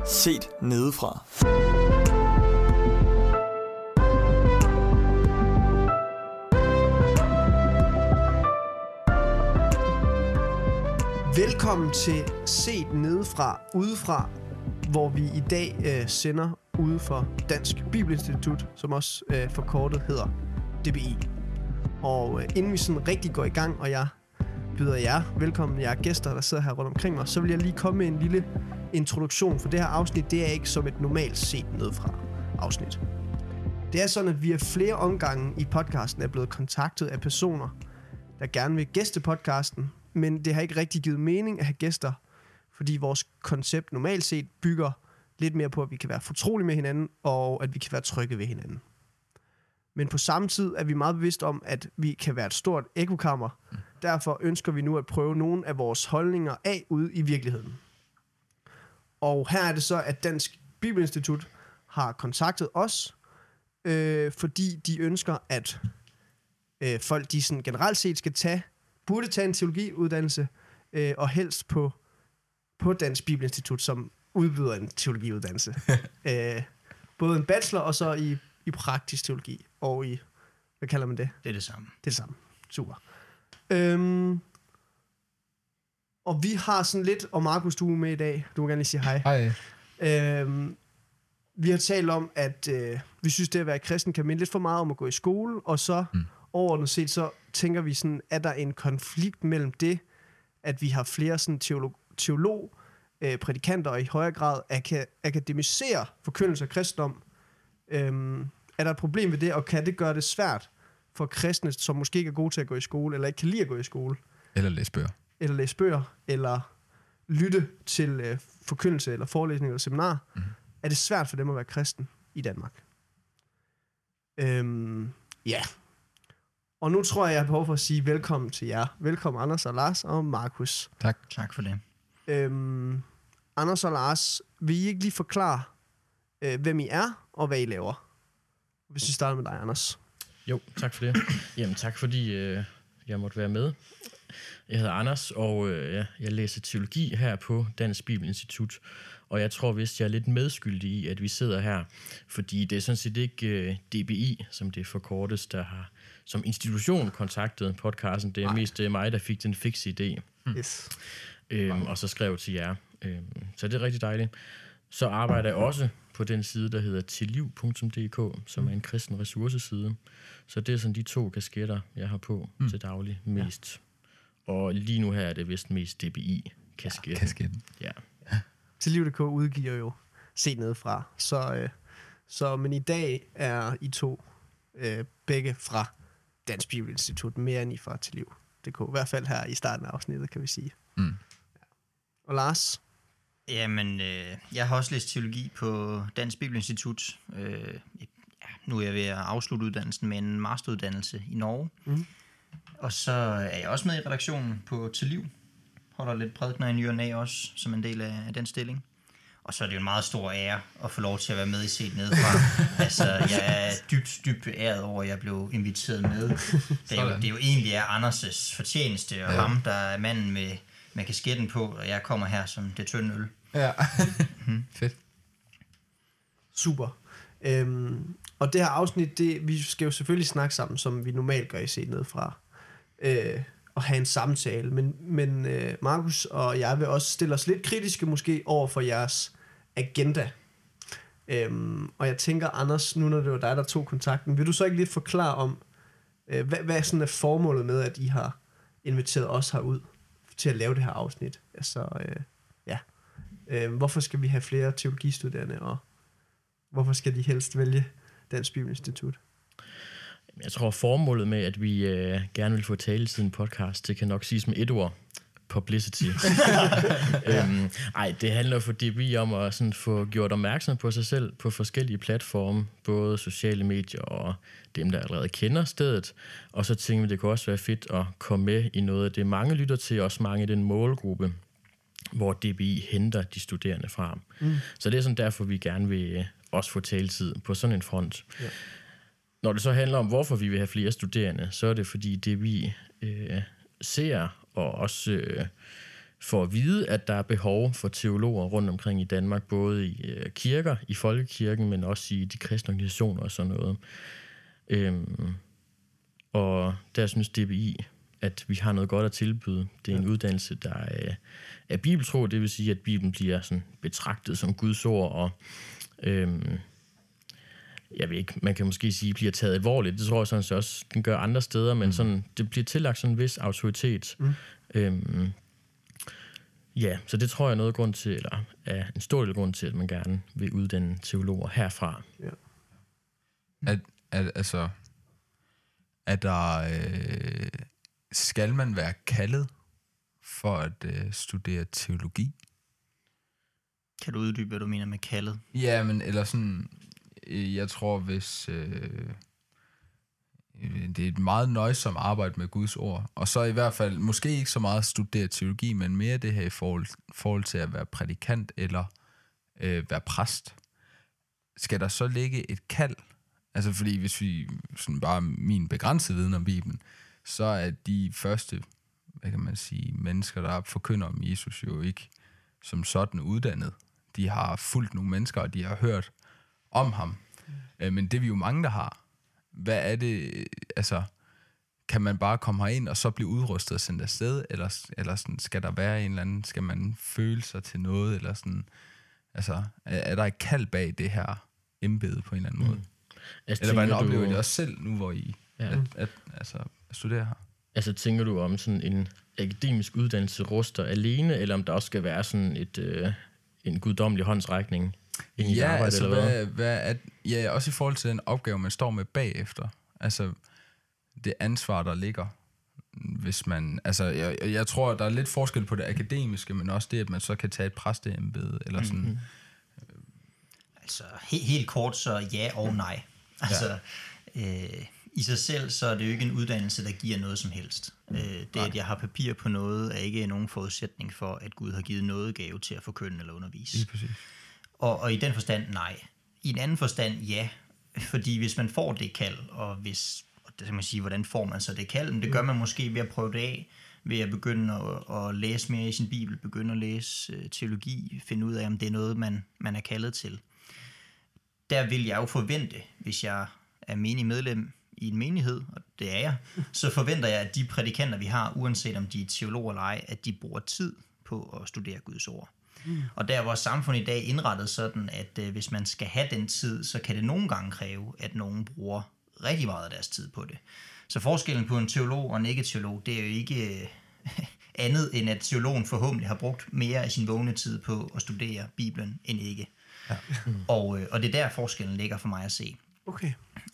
Set nedefra. Velkommen til Set nedefra, udefra, hvor vi i dag sender ude for Dansk Bibelinstitut, som også forkortet hedder DBI. Og inden vi sådan rigtig går i gang, og jeg byder jer velkommen, jer gæster, der sidder her rundt omkring mig, så vil jeg lige komme med en lille introduktion, for det her afsnit, det er ikke som et normalt Set nedefra afsnit. Det er sådan, at vi af flere omgange i podcasten er blevet kontaktet af personer, der gerne vil gæste podcasten, men det har ikke rigtig givet mening at have gæster, fordi vores koncept normalt set bygger lidt mere på, at vi kan være fortrolige med hinanden, og at vi kan være trygge ved hinanden. Men på samme tid er vi meget bevidste om, at vi kan være et stort ekokammer. Derfor ønsker vi nu at prøve nogle af vores holdninger af ude i virkeligheden. Og her er det så, at Dansk Bibelinstitut har kontaktet os, fordi de ønsker, at folk de sådan generelt set burde tage en teologiuddannelse, og helst på Dansk Bibelinstitut, som udbyder en teologiuddannelse. Både en bachelor og så i praktisk teologi, og i, hvad kalder man det? Det er det samme. Det er det samme. Super. Og vi har sådan lidt, og Markus, du er med i dag. Du må gerne lige sige hej. Hej. Vi har talt om, at vi synes, det at være kristen kan minde lidt for meget om at gå i skole, og så overordnet set, så tænker vi sådan, er der en konflikt mellem det, at vi har flere sådan prædikanter, og i højere grad akademisere forkyndelse af kristendom. Er der et problem ved det, og kan det gøre det svært for kristne, som måske ikke er gode til at gå i skole, eller ikke kan lide at gå i skole? Eller læse bøger. Eller lytte til forkyndelse, eller forelæsning, eller seminar. Er det svært for dem at være kristen i Danmark? Ja. Og nu tror jeg har behov for at sige velkommen til jer. Velkommen Anders og Lars og Markus. Tak for det. Anders og Lars, vil I ikke lige forklare, hvem I er, og hvad I laver? Hvis vi starter med dig, Anders. Jo, tak for det. Jamen, tak fordi jeg måtte være med. Jeg hedder Anders, og jeg læser teologi her på Dansk Bibelinstitut. Og jeg tror vist, jeg er lidt medskyldig i, at vi sidder her. Fordi det er sådan set ikke DBI, som det forkortes, der har som institution kontaktet podcasten. Det er mest mig, der fik den fikse idé. Yes. Og så skrev til jer. Så det er rigtig dejligt. Så arbejder jeg også på den side, der hedder tilliv.dk, som er en kristen ressourceside. Så det er sådan de 2 kasketter, jeg har på til daglig mest. Ja. Og lige nu her er det vist mest DBI-kasketten. Ja. Tilliv.dk udgiver jo Set nedefra. Men i dag er I 2 begge fra Dansk Bibelinstitut, mere end I fra Tilliv.dk. I hvert fald her i starten af afsnittet, kan vi sige. Ja. Og Lars? Jamen, jeg har også læst teologi på Dansk Bibelinstitut. Nu er jeg ved at afslutte uddannelsen med en masteruddannelse i Norge. Og så er jeg også med i redaktionen på Tilliv. Holder lidt prædikener i ny og næ også, som en del af den stilling. Og så er det jo en meget stor ære at få lov til at være med i Set nedefra. Altså, jeg er dybt beæret over, at jeg blev inviteret med. Det er jo egentlig Anders' fortjeneste, og ham, der er manden med kasketten på, og jeg kommer her som det tynde øl. Ja, fedt. Super. Og det her afsnit, vi skal jo selvfølgelig snakke sammen, som vi normalt gør i Set nedefra. Og have en samtale. Men Markus og jeg vil også stille os lidt kritiske måske over for jeres agenda. Og jeg tænker, Anders, nu når det var dig, der tog kontakten, vil du så ikke lidt forklare om, hvad sådan er formålet med, at I har inviteret os herud til at lave det her afsnit? Altså, hvorfor skal vi have flere teologistuderende, og hvorfor skal de helst vælge Dansk Bibelinstitut? Jeg tror, formålet med, at vi gerne vil få taletid i en podcast, det kan nok siges med et ord. Publicity. Det handler for DBI om at sådan få gjort opmærksom på sig selv på forskellige platforme, både sociale medier og dem, der allerede kender stedet. Og så tænker vi, det kunne også være fedt at komme med i noget af det, mange lytter til, også mange i den målgruppe, hvor DBI henter de studerende fra. Så det er sådan derfor, vi gerne vil også få taletid på sådan en front. Ja. Når det så handler om, hvorfor vi vil have flere studerende, så er det fordi DBI ser og også får at vide, at der er behov for teologer rundt omkring i Danmark, både i kirker, i folkekirken, men også i de kristne organisationer og sådan noget. Og der synes DBI, at vi har noget godt at tilbyde. Det er en uddannelse, der er bibeltro, det vil sige, at Bibelen bliver sådan betragtet som Guds ord, og jeg ved ikke, man kan måske sige, bliver taget alvorligt. Det tror jeg sådan set også, den gør andre steder, men sådan, det bliver tillagt sådan en vis autoritet. Ja, så det tror jeg er noget grund til, eller er en stor del grund til, at man gerne vil uddanne teologer herfra. Ja. Er der... skal man være kaldet for at studere teologi? Kan du uddybe, hvad du mener med kaldet? Ja, men eller sådan... Jeg tror, hvis... det er et meget nøjsomt arbejde med Guds ord. Og så i hvert fald, måske ikke så meget studere teologi, men mere det her i forhold til at være prædikant eller være præst. Skal der så ligge et kald? Altså fordi hvis vi sådan bare min begrænsede viden om Bibelen, så er de første, hvad kan man sige, mennesker, der forkynder om Jesus jo ikke som sådan uddannet. De har fulgt nogle mennesker, og de har hørt om ham. Men det er vi jo mange, der har. Hvad er det, altså, kan man bare komme herind og så blive udrustet og sendt afsted, eller sådan, skal der være en eller anden, skal man føle sig til noget, eller sådan, altså, er der et kald bag det her embede på en eller anden måde? Altså, eller hvordan oplever I det også selv, nu hvor I at studerer her? Altså, tænker du om sådan en akademisk uddannelse ruster alene, eller om der også skal være sådan en guddommelig håndsrækning ind i dit arbejde, altså, eller hvad? Også i forhold til den opgave, man står med bagefter. Altså, det ansvar, der ligger, hvis man... Altså, jeg tror, der er lidt forskel på det akademiske, men også det, at man så kan tage et præsteembede, eller sådan... Mm-hmm. Altså, helt kort, så ja og nej. Altså, i sig selv, så er det jo ikke en uddannelse, der giver noget som helst. Det, at jeg har papir på noget, er ikke nogen forudsætning for, at Gud har givet noget gave til at forkynde eller undervise. Lige præcis. Og i den forstand, nej. I en anden forstand, ja. Fordi hvis man får det kald, og det kan man sige, hvordan får man så det kald? Men det gør man måske ved at prøve det af, ved at begynde at læse mere i sin bibel, begynde at læse teologi, finde ud af, om det er noget, man er kaldet til. Der vil jeg jo forvente, hvis jeg er menig medlem i en menighed, og det er jeg, så forventer jeg, at de prædikanter, vi har, uanset om de er teologer eller ej, at de bruger tid på at studere Guds ord. Og der er vores samfund i dag indrettet sådan, at hvis man skal have den tid, så kan det nogle gange kræve, at nogen bruger rigtig meget af deres tid på det. Så forskellen på en teolog og en ikke-teolog, det er jo ikke andet end, at teologen forhåbentlig har brugt mere af sin vågne tid på at studere Bibelen end ikke. Ja. Og det er der forskellen ligger for mig at se. Okay.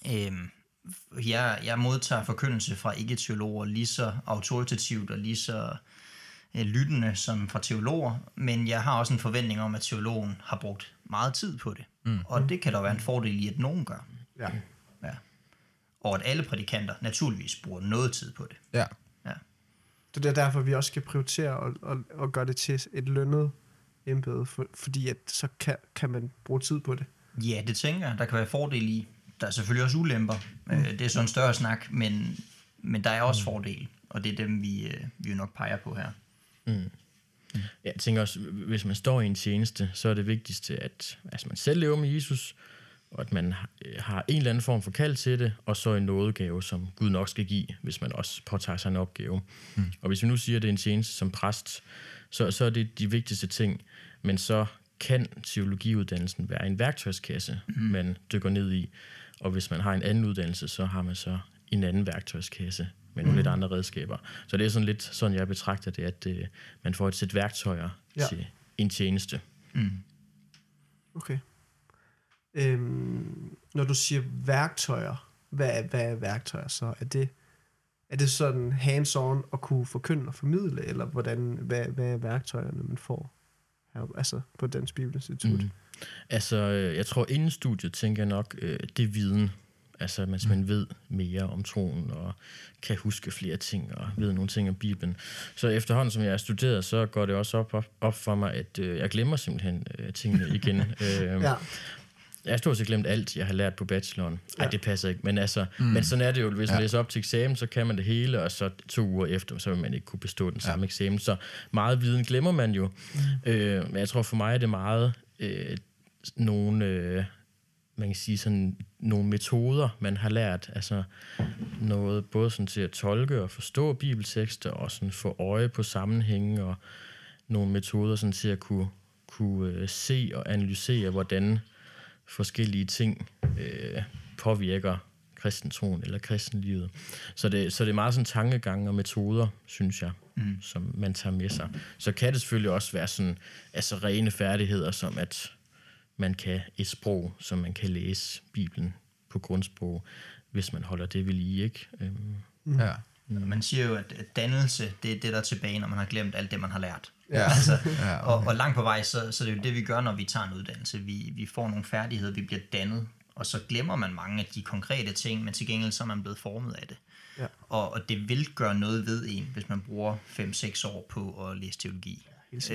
Jeg modtager forkyndelse fra ikke-teologer lige så autoritativt og lige så lyttende som fra teologer, men jeg har også en forventning om, at teologen har brugt meget tid på det. Og det kan der være en fordel i, at nogen gør. Ja. Og at alle prædikanter naturligvis bruger noget tid på det. Ja. Det er derfor, vi også skal prioritere og gøre det til et lønnet embede, fordi at så kan man bruge tid på det. Ja, det tænker jeg. Der kan være fordel i. Der er selvfølgelig også ulemper. Det er så en større snak, men der er også fordel, og det er dem, vi jo nok peger på her. Jeg tænker også, hvis man står i en tjeneste, så er det vigtigste, at man selv lever med Jesus, og at man har en eller anden form for kald til det, og så en nådegave, som Gud nok skal give, hvis man også påtager sig en opgave. Og hvis vi nu siger, at det er en tjeneste som præst, så er det de vigtigste ting, men så kan teologiuddannelsen være en værktøjskasse, man dykker ned i, og hvis man har en anden uddannelse, så har man så en anden værktøjskasse med nogle lidt andre redskaber. Så det er sådan lidt sådan, jeg betragter det, at man får et sæt værktøjer til en tjeneste. Okay. Når du siger værktøjer, hvad er værktøjer så? Er det sådan hands-on at kunne forkynde og formidle, eller hvad er værktøjerne, man får her, altså på Dansk Bibelinstitut? Altså, jeg tror, inden studiet tænker jeg nok, det er viden. Altså, man ved mere om troen, og kan huske flere ting, og ved nogle ting om Bibelen. Så efterhånden, som jeg har studeret, så går det også op for mig, at jeg glemmer simpelthen tingene igen. Jeg har stort set glemt alt, jeg har lært på bacheloren. Ej, det passer ikke. Men, men sådan er det jo. Hvis man læser op til eksamen, så kan man det hele, og så 2 uger efter, så vil man ikke kunne bestå den samme eksamen. Så meget viden glemmer man jo. Men jeg tror for mig, er det meget nogle... man kan sige sådan nogle metoder, man har lært, altså noget både sådan til at tolke og forstå bibeltekster, og sådan få øje på sammenhænge, og nogle metoder sådan til at kunne se og analysere, hvordan forskellige ting påvirker kristentroen eller kristenlivet. Så det er meget sådan tankegange og metoder, synes jeg, som man tager med sig. Så kan det selvfølgelig også være sådan, altså rene færdigheder, som at man kan et sprog, som man kan læse Bibelen på grundsprog, hvis man holder det ved lige, ikke? Ja. Man siger jo, at dannelse, det er det, der er tilbage, når man har glemt alt det, man har lært. Ja. Altså, Ja, og langt på vej, så det er jo det, vi gør, når vi tager en uddannelse. Vi får nogle færdigheder, vi bliver dannet, og så glemmer man mange af de konkrete ting, men til gengæld så er man blevet formet af det. Ja. Og det vil gøre noget ved en, hvis man bruger 5-6 år på at læse teologi.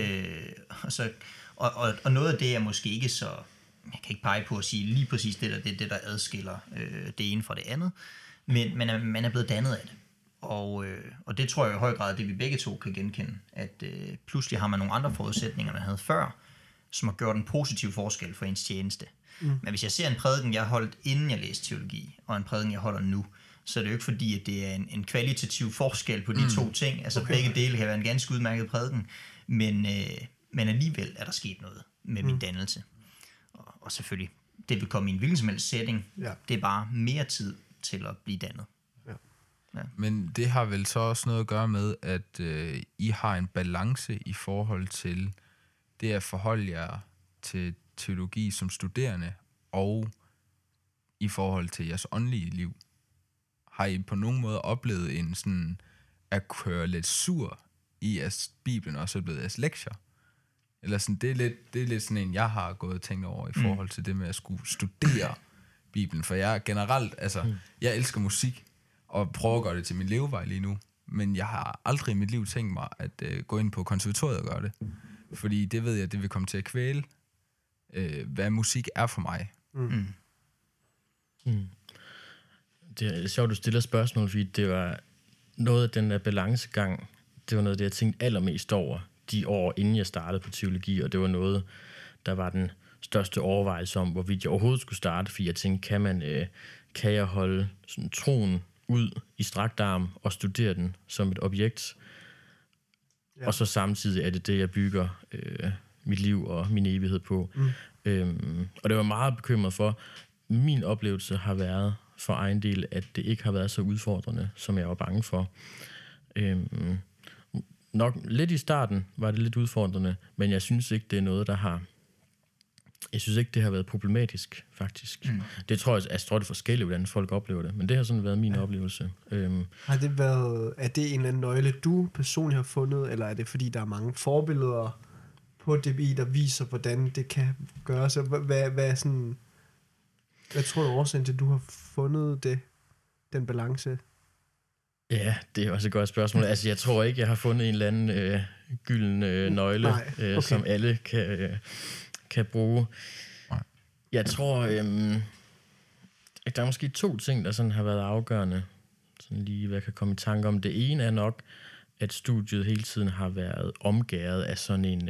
Og noget af det er måske ikke så... Jeg kan ikke pege på at sige lige præcis det der, det er det, der adskiller det ene fra det andet, men man er blevet dannet af det. Og det tror jeg i høj grad, det vi begge to kan genkende, at pludselig har man nogle andre forudsætninger, man havde før, som har gjort en positiv forskel for ens tjeneste. Men hvis jeg ser en prædiken, jeg har holdt inden jeg læste teologi, og en prædiken, jeg holder nu, så er det jo ikke fordi, at det er en kvalitativ forskel på de to ting. Altså begge dele kan være en ganske udmærket prædiken, men alligevel er der sket noget med min dannelse. Og selvfølgelig, det vil komme i en hvilken som helst setting. Ja. Det er bare mere tid til at blive dannet. Ja. Men det har vel så også noget at gøre med, at I har en balance i forhold til det at forholde jer til teologi som studerende, og i forhold til jeres åndelige liv. Har I på nogen måde oplevet en sådan at køre lidt sur i jeres Bibelen, og så er blevet jeres lektier? Eller sådan, det er lidt sådan en, jeg har gået og tænkt over i forhold til det med at skulle studere Bibelen. For jeg generelt, altså, jeg elsker musik, og prøver at gøre det til min levevej lige nu. Men jeg har aldrig i mit liv tænkt mig at gå ind på konservatoriet og gøre det. Fordi det ved jeg, det vil komme til at kvæle, hvad musik er for mig. Det er sjovt, du stiller spørgsmål, fordi det var noget af den der balancegang, det var noget af det, jeg tænkte allermest over de år, inden jeg startede på teologi, og det var noget, der var den største overvejelse om, hvorvidt jeg overhovedet skulle starte, fordi jeg tænkte, kan jeg holde sådan troen ud i strakt arm og studere den som et objekt, og så samtidig er det, jeg bygger mit liv og min evighed på. Og det var meget bekymret for. Min oplevelse har været for egen del, at det ikke har været så udfordrende, som jeg var bange for. Nok lidt i starten var det lidt udfordrende, men jeg synes ikke, det er noget, jeg synes ikke, det har været problematisk, faktisk. Det tror jeg tror, det er forskelligt, hvordan folk oplever det, men det har sådan været min oplevelse. Har det været, er det en eller anden nøgle, du personligt har fundet, eller er det fordi, der er mange forbilleder på DBI, der viser, hvordan det kan gøres? Hvad tror du årsagen til, at du har fundet den balance? Ja, det er også et godt spørgsmål. Altså, jeg tror ikke, jeg har fundet en eller anden gylden nøgle, som alle kan bruge. Jeg tror, at der er måske 2 ting, der sådan har været afgørende. Sådan lige, hvad jeg kan komme i tanke om. Det ene er nok, at studiet hele tiden har været omgærdet af sådan en,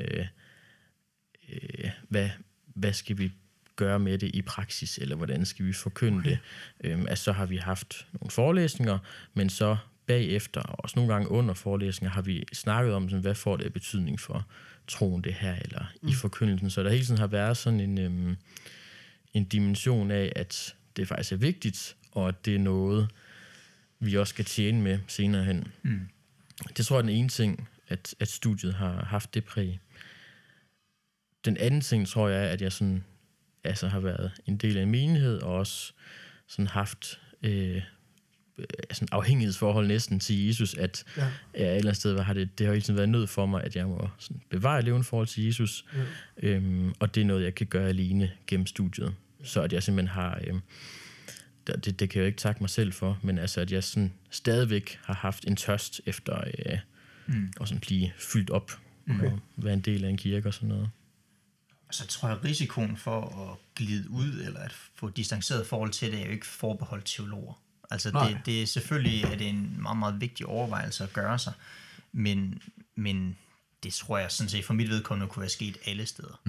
hvad skal vi gøre med det i praksis, eller hvordan skal vi forkynde det. Altså, så har vi haft nogle forelæsninger, men så bagefter, og også nogle gange under forelæsninger, har vi snakket om, sådan, hvad får det af betydning for troen det her, eller i forkyndelsen. Så der hele tiden har været sådan en dimension af, at det faktisk er vigtigt, og at det er noget, vi også skal tjene med senere hen. Det tror jeg er den ene ting, at studiet har haft det præg. Den anden ting, tror jeg, at jeg sådan, altså har været en del af en menighed, og også sådan haft sådan afhængighedsforhold næsten til Jesus, at et eller andet sted har det har hele tiden været nød for mig, at jeg må sådan bevare levende forhold til Jesus, og det er noget, jeg kan gøre alene gennem studiet. Så at jeg simpelthen har, det kan jeg jo ikke takke mig selv for, men altså, at jeg sådan stadigvæk har haft en tørst efter at sådan blive fyldt op, og være en del af en kirke og sådan noget. Så tror jeg, at risikoen for at glide ud, eller at få distanceret forhold til det, er jo ikke forbeholdt teologer. Altså det er selvfølgelig er det en meget, meget vigtig overvejelse at gøre sig, men det tror jeg sådan set for mit vedkommende kunne være sket alle steder.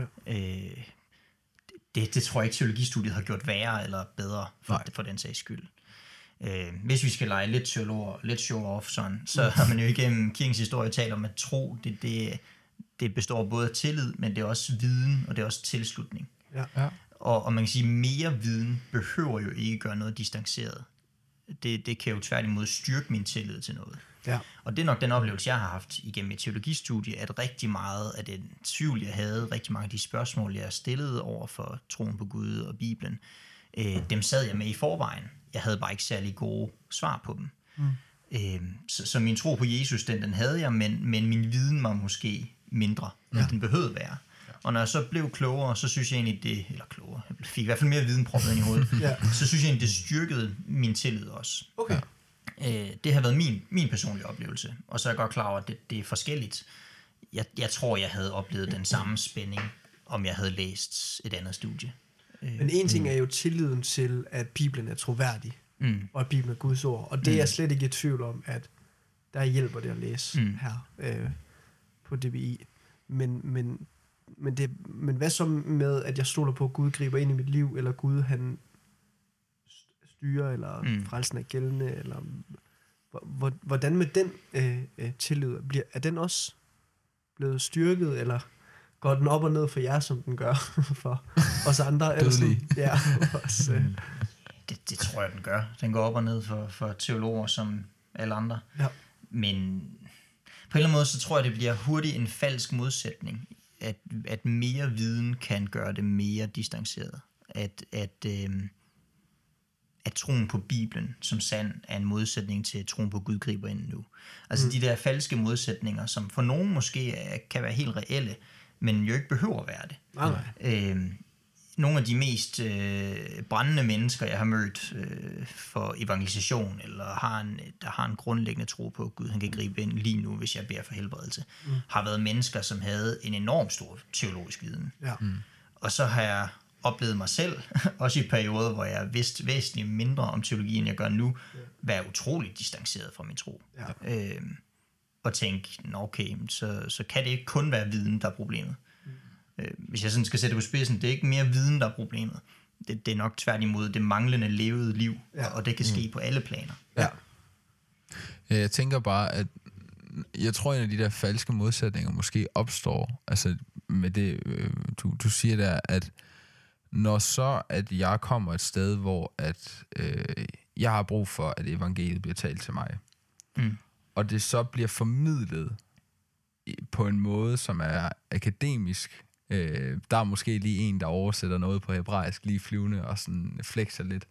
Det tror jeg ikke, teologistudiet har gjort værre eller bedre for den sags skyld. Hvis vi skal lege lidt teologer, lidt show-off sådan, så har man jo igennem kirkens historie talt om, at tro, det består både af tillid, men det er også viden, og det er også tilslutning. Ja. Og man kan sige, mere viden behøver jo ikke gøre noget distanceret. Det kan jo tværtimod styrke min tillid til noget. Ja. Og det er nok den oplevelse, jeg har haft igennem et teologistudie, at rigtig meget af den tvivl, jeg havde, rigtig mange af de spørgsmål, jeg stillede over for troen på Gud og Bibelen, dem sad jeg med i forvejen. Jeg havde bare ikke særlig gode svar på dem. Så min tro på Jesus, den havde jeg, men min viden var måske mindre, end den behøvede være. Og når jeg så blev klogere, så synes jeg egentlig, jeg fik i hvert fald mere viden proppet ind i hovedet, så synes jeg egentlig, det styrkede min tillid også. Okay. Det har været min personlige oplevelse, og så er jeg godt klar over, at det er forskelligt. Jeg tror, jeg havde oplevet den samme spænding, om jeg havde læst et andet studie. Men en ting er jo tilliden til, at Bibelen er troværdig, og at Bibelen er Guds ord. Og det er jeg slet ikke i tvivl om, at der hjælper det at læse her på DBI. Men hvad så med, at jeg stoler på, at Gud griber ind i mit liv, eller Gud han styrer, eller frelsen er gældende, eller hvordan med den tillid? Er den også blevet styrket, eller går den op og ned for jer, som den gør for os andre? Dødelige. Ja, det tror jeg, den gør. Den går op og ned for teologer som alle andre. Ja. Men på en eller anden måde, så tror jeg, det bliver hurtigt en falsk modsætning, at mere viden kan gøre det mere distanceret. At troen på Bibelen som sand er en modsætning til, at troen på Gud griber ind nu. Altså de der falske modsætninger, som for nogen måske kan være helt reelle, men jo ikke behøver at være det. Nej. Nogle af de mest brændende mennesker, jeg har mødt for evangelisation, eller der har en grundlæggende tro på, at Gud han kan gribe ind lige nu, hvis jeg beder for helbredelse, har været mennesker, som havde en enorm stor teologisk viden. Ja. Og så har jeg oplevet mig selv, også i perioder, hvor jeg vidste væsentligt mindre om teologi, end jeg gør nu, være utroligt distanceret fra min tro. Ja. Og tænke, okay, så kan det ikke kun være viden, der er problemet. Hvis jeg sådan skal sætte det på spidsen, det er ikke mere viden, der er problemet. Det er nok tværtimod det manglende levede liv, og det kan ske på alle planer. Ja. Jeg tænker bare, at jeg tror, en af de der falske modsætninger måske opstår, altså med det, du siger der, at når så, at jeg kommer et sted, hvor at jeg har brug for, at evangeliet bliver talt til mig, og det så bliver formidlet på en måde, som er akademisk. Der er måske lige en, der oversætter noget på hebraisk, lige flyvende, og sådan flexer lidt.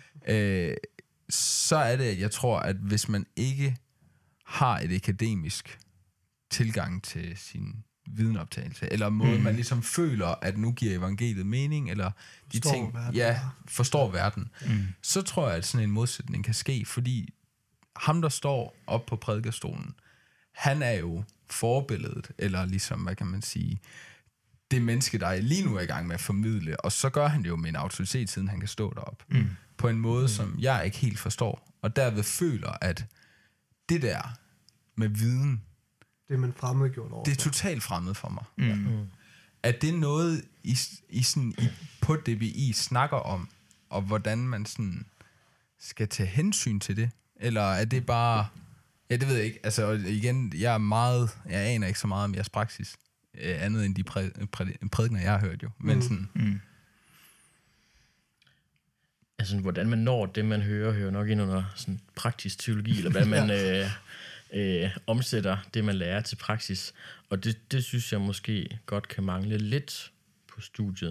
Så er det, at jeg tror, at hvis man ikke har et akademisk tilgang til sin videnoptagelse, eller måde, man ligesom føler, at nu giver evangeliet mening, eller de ting, forstår verden, så tror jeg, at sådan en modsætning kan ske, fordi ham, der står op på prædikestolen, han er jo forbilledet, eller ligesom, hvad kan man sige, det menneske, der lige nu er i gang med at formidle, og så gør han det jo med en autoritet, siden han kan stå derop, på en måde, som jeg ikke helt forstår, og derved føler, at det der med viden, det er man fremmedgjort over. Det er totalt fremmed for mig. Er det noget, I på DBI snakker om, og hvordan man sådan skal tage hensyn til det? Eller er det bare... Ja, det ved jeg ikke. Altså, igen, jeg aner ikke så meget om jeres praksis, andet end de prædikener, jeg har hørt jo. Men sådan... Altså, hvordan man når det, man hører nok ind under sådan praktisk teologi, eller hvad man omsætter det, man lærer til praksis. Og det synes jeg måske godt kan mangle lidt på studiet.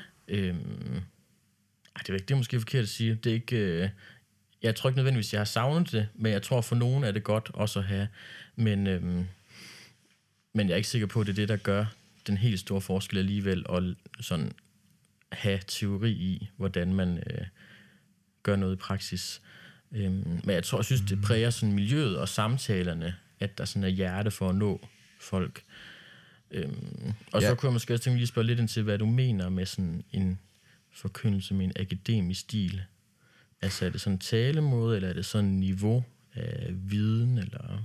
Det er måske forkert at sige. Det er ikke... jeg tror ikke nødvendigvis, jeg har savnet det, men jeg tror for nogen er det godt også at have. Men jeg er ikke sikker på, at det er det, der gør den helt store forskel alligevel, og sådan have teori i, hvordan man gør noget i praksis. Men jeg synes, det præger sådan miljøet og samtalerne, at der sådan er hjerte for at nå folk. Og så kunne jeg måske også tænke lige spørge lidt ind til, hvad du mener med sådan en forkyndelse med en akademisk stil. Altså er det sådan en talemåde, eller er det sådan en niveau af viden, eller...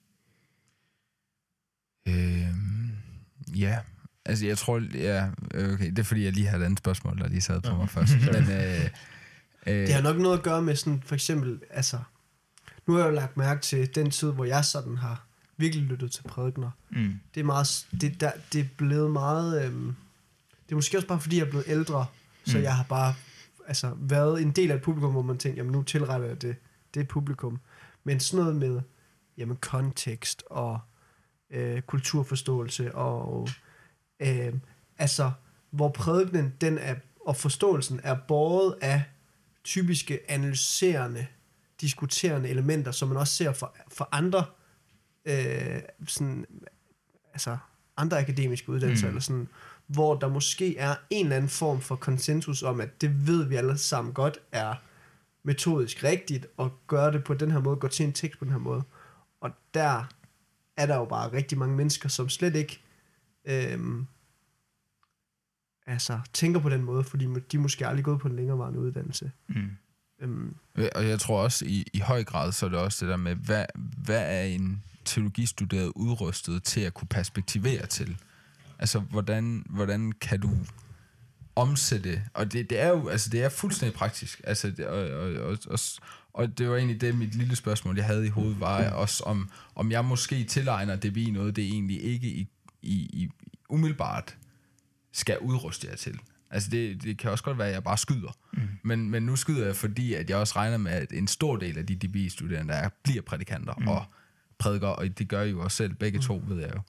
Ja, altså jeg tror, okay, det er fordi, jeg lige har et andet spørgsmål, der lige sad på mig først. Men, det har nok noget at gøre med sådan, for eksempel, altså, nu har jeg jo lagt mærke til den tid, hvor jeg sådan har virkelig lyttet til prædikener. Det er meget, det er blevet meget, det er måske også bare fordi, jeg er blevet ældre, så jeg har bare været en del af et publikum, hvor man tænker, jamen nu tilretter jeg det publikum. Men sådan noget med, jamen kontekst og kulturforståelse og hvor prædikenen den er, og forståelsen er båret af typiske analyserende, diskuterende elementer, som man også ser for andre andre akademiske uddannelser, eller sådan, hvor der måske er en eller anden form for konsensus om, at det ved vi alle sammen godt er metodisk rigtigt, og gøre det på den her måde, gå til en tekst på den her måde. Og der er der jo bare rigtig mange mennesker, som slet ikke tænker på den måde, fordi de måske aldrig gået på en længerevarende uddannelse. Og jeg tror også i høj grad, så er det også det der med, hvad er en teologistuderet udrustet til at kunne perspektivere til? Altså, hvordan kan du omsætte? Og det er jo, altså det er fuldstændig praktisk. Altså, og det var egentlig det, mit lille spørgsmål, jeg havde i hovedet, var også om jeg måske tilegner DBI noget, det egentlig ikke i umiddelbart skal udruste jer til. Altså det kan også godt være, at jeg bare skyder. Men nu skyder jeg, fordi at jeg også regner med, at en stor del af de DBI-studerende, der bliver prædikanter og prædiker, og det gør I jo også selv, begge to, ved jeg jo.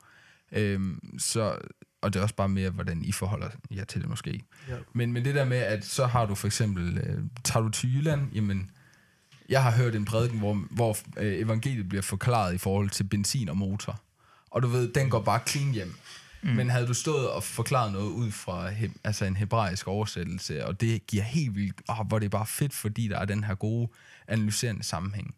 Og det er også bare mere, hvordan I forholder jer til det måske. Ja. Men det der med, at så har du for eksempel, tager du til Jylland, jamen, jeg har hørt en prædiken, hvor evangeliet bliver forklaret i forhold til benzin og motor. Og du ved, den går bare clean hjem. Men havde du stået og forklaret noget ud fra en hebraisk oversættelse, og det giver helt vildt, hvor det er bare fedt, fordi der er den her gode analyserende sammenhæng,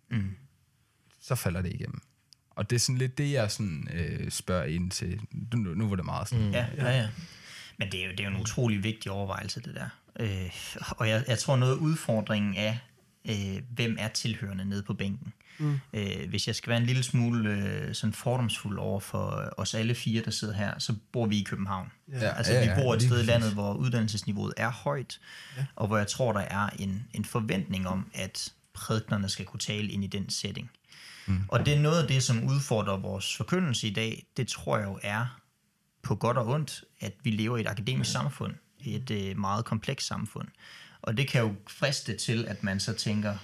så falder det igennem. Og det er sådan lidt det, jeg sådan, spørger ind til. Nu var det meget sådan. Ja. Men det er jo en utrolig vigtig overvejelse, det der. Og jeg tror noget af udfordringen er, hvem er tilhørende nede på bænken. Hvis jeg skal være en lille smule sådan fordomsfuld over for os alle fire, der sidder her, så bor vi i København. Vi bor et sted i landet, hvor uddannelsesniveauet er højt, og hvor jeg tror, der er en forventning om, at prædiknerne skal kunne tale ind i den setting. Og det er noget af det, som udfordrer vores forkyndelse i dag. Det tror jeg jo er på godt og ondt, at vi lever i et akademisk samfund, et meget komplekst samfund. Og det kan jo friste til, at man så tænker,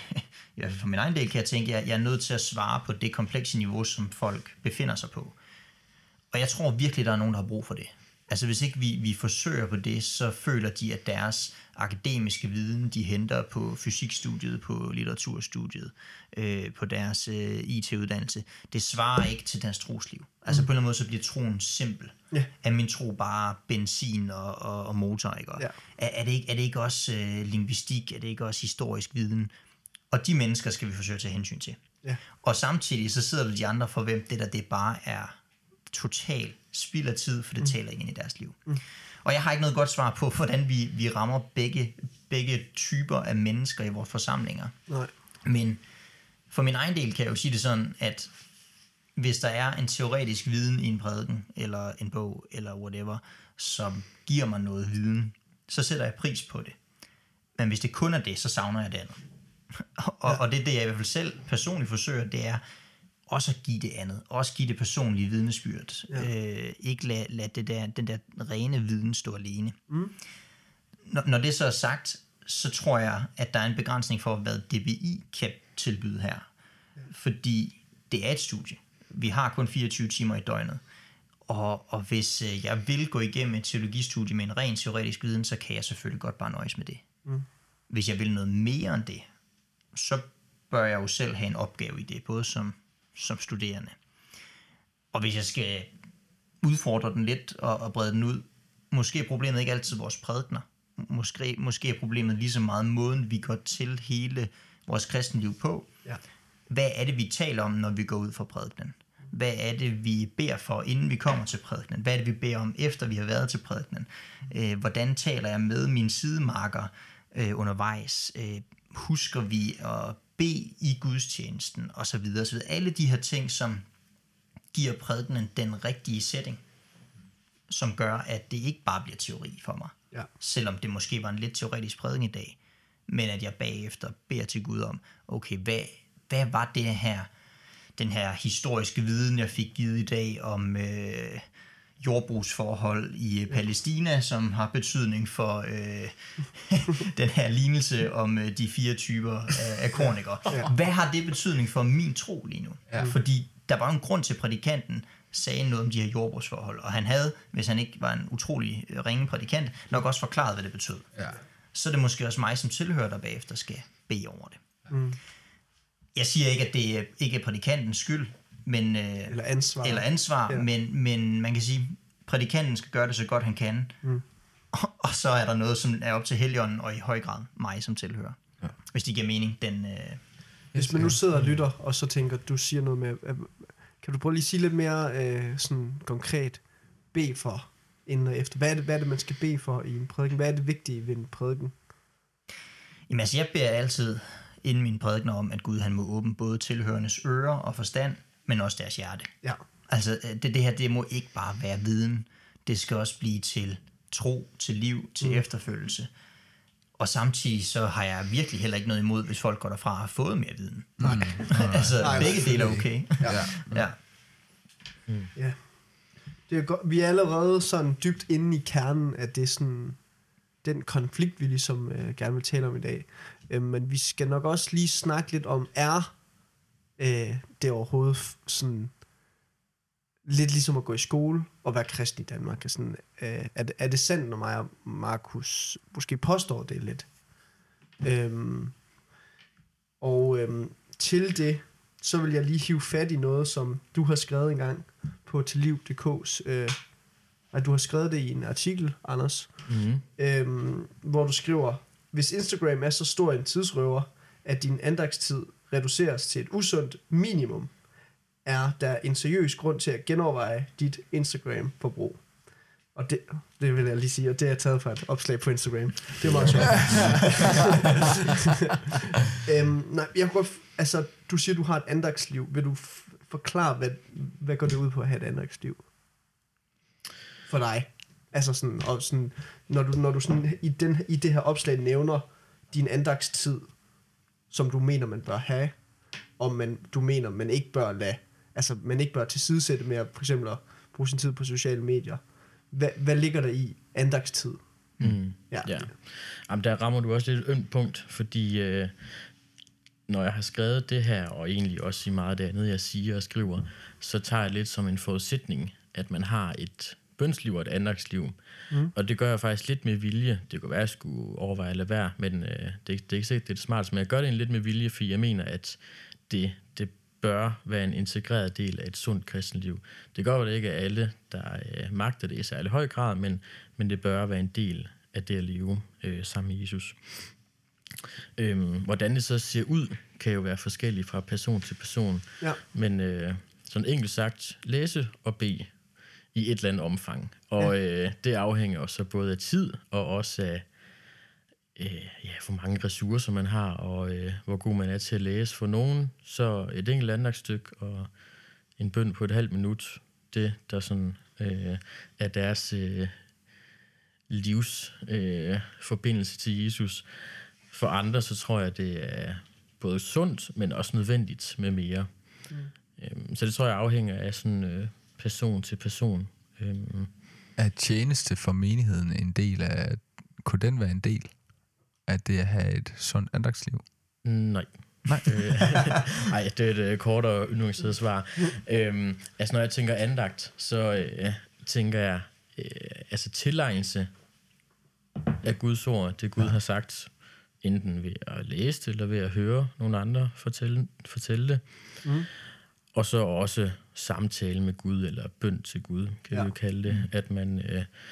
i hvert fald for min egen del kan jeg tænke, at jeg er nødt til at svare på det komplekse niveau, som folk befinder sig på. Og jeg tror virkelig, der er nogen, der har brug for det. Altså hvis ikke vi forsøger på det, så føler de, at deres akademiske viden, de henter på fysikstudiet, på litteraturstudiet, på deres IT-uddannelse, det svarer ikke til deres trosliv. Altså på en eller anden måde, så bliver troen simpel. Ja. Er min tro bare benzin og motor, ikke? Ja. Er det ikke også lingvistik? Er det ikke også historisk viden? Og de mennesker skal vi forsøge at tage hensyn til. Ja. Og samtidig så sidder der de andre, for hvem det bare er total spild af tid, for det taler ikke ind i deres liv. Og jeg har ikke noget godt svar på, hvordan vi rammer begge typer af mennesker i vores forsamlinger. Nej. Men for min egen del kan jeg jo sige det sådan, at hvis der er en teoretisk viden i en prædiken, eller en bog, eller whatever, som giver mig noget viden, så sætter jeg pris på det. Men hvis det kun er det, så savner jeg det andet. Og det, jeg i hvert fald selv personligt forsøger, det er også at give det andet. Også give det personlige vidnesbyrd. Ja. Ikke lad den der rene viden stå alene. Når det så er sagt, så tror jeg, at der er en begrænsning for, hvad DBI kan tilbyde her. Ja. Fordi det er et studie. Vi har kun 24 timer i døgnet. Og hvis jeg vil gå igennem et teologistudie med en ren teoretisk viden, så kan jeg selvfølgelig godt bare nøjes med det. Hvis jeg vil noget mere end det, så bør jeg jo selv have en opgave i det, både som studerende. Og hvis jeg skal udfordre den lidt og brede den ud, måske er problemet ikke altid vores prædikener. Måske er problemet lige så meget måden, vi går til hele vores kristenliv på. Ja. Hvad er det, vi taler om, når vi går ud fra prædikenen? Hvad er det, vi beder for, inden vi kommer til prædikenen? Hvad er det, vi beder om, efter vi har været til prædikenen? Hvordan taler jeg med mine sidemarker undervejs? Husker vi at bede i gudstjenesten? Og så videre. Så alle de her ting, som giver prædikenen den rigtige setting, som gør, at det ikke bare bliver teori for mig. Ja. Selvom det måske var en lidt teoretisk prædiken i dag, men at jeg bagefter beder til Gud om, okay, hvad var det her, den her historiske viden, jeg fik givet i dag om jordbrugsforhold i Palæstina, som har betydning for den her lignelse om de 4 typer af korniker. Ja. Hvad har det betydning for min tro lige nu? Ja. Fordi der var en grund til, at prædikanten sagde noget om de her jordbrugsforhold, og han havde, hvis han ikke var en utrolig ringe prædikant, nok også forklaret, hvad det betød. Ja. Så er det måske også mig, som tilhører, der bagefter skal bede over det. Mm. Jeg siger ikke, at det ikke er prædikantens skyld, men, eller ansvar ja. men man kan sige, at prædikanten skal gøre det så godt han kan, og så er der noget, som er op til Helligånden, og i høj grad mig, som tilhører. Ja. Hvis det giver mening. Hvis man nu sidder og lytter, og så tænker, du siger noget med, kan du prøve lige at sige lidt mere sådan konkret, bede for inden og efter? Hvad er det, man skal bede for i en prædiken? Hvad er det vigtige ved en prædiken? Jamen altså, jeg beder altid inden min prædikener om, at Gud han må åbne både tilhørendes ører og forstand, men også deres hjerte. Ja. Altså, det her, det må ikke bare være viden. Det skal også blive til tro, til liv, til efterfølgelse. Og samtidig så har jeg virkelig heller ikke noget imod, hvis folk går derfra og har fået mere viden. Altså, begge dele er okay. Ja. Ja. Det er godt. Vi er allerede sådan dybt inde i kernen af det sådan, den konflikt, vi ligesom gerne vil tale om i dag. Men vi skal nok også lige snakke lidt om, er det overhovedet sådan lidt ligesom at gå i skole og være kristen i Danmark? Sådan, er det sandt, når mig og Markus måske påstår det lidt? Til det, så vil jeg lige hive fat i noget, som du har skrevet engang på tilliv.dk's. Du har skrevet det i en artikel, Anders, hvor du skriver, hvis Instagram er så stor en tidsrøver, at din andagstid reduceres til et usundt minimum, er der en seriøs grund til at genoverveje dit Instagram-forbrug. Og det vil jeg lige sige, og det er taget fra et opslag på Instagram. Det er meget sjovt. Nej, jeg kunne, altså, du siger, du har et andagsliv. Vil du forklare, hvad går det ud på at have et andagsliv? For dig. Altså sådan, og sådan, når du sådan i det her opslag nævner din andagstid, som du mener, man bør have, og du mener, man ikke bør lade, altså man ikke bør tilsidesætte med at for eksempel at bruge sin tid på sociale medier. Hvad ligger der i andagstid? Ja. Jamen, der rammer du også lidt et ømt punkt, fordi når jeg har skrevet det her, og egentlig også i meget af det andet, jeg siger og skriver, så tager jeg lidt som en forudsætning, at man har et bønsliv og et andagsliv. Og det gør jeg faktisk lidt med vilje. Det kunne være, at jeg skulle overveje at lade være, men det er ikke sikkert, det er det smarteste, men jeg gør det lidt med vilje, fordi jeg mener, at det bør være en integreret del af et sundt kristenliv. Det gør det ikke af alle, der magter det i særlig høj grad, men det bør være en del af det at leve sammen med Jesus. Hvordan det så ser ud, kan jo være forskelligt fra person til person. Ja. Men sådan enkelt sagt, læse og bede i et eller andet omfang. Og det afhænger også både af tid, og også af hvor mange ressourcer man har, og hvor god man er til at læse. For nogen, så et enkelt andagtstykke og en bøn på et halvt minut, det der sådan er deres livs forbindelse til Jesus. For andre, så tror jeg, det er både sundt, men også nødvendigt med mere. Så det tror jeg afhænger af sådan person til person. Er tjeneste for menigheden en del af, kunne den være en del af det at have et sundt andagsliv? Nej. Nej, det er et kort og unuanceret svar. Altså når jeg tænker andagt, så tænker jeg altså tilegnelse af Guds ord, det Gud har sagt, enten ved at læse det, eller ved at høre nogle andre fortælle det. Og så også samtale med Gud, eller bøn til Gud, kan vi jo kalde det. At man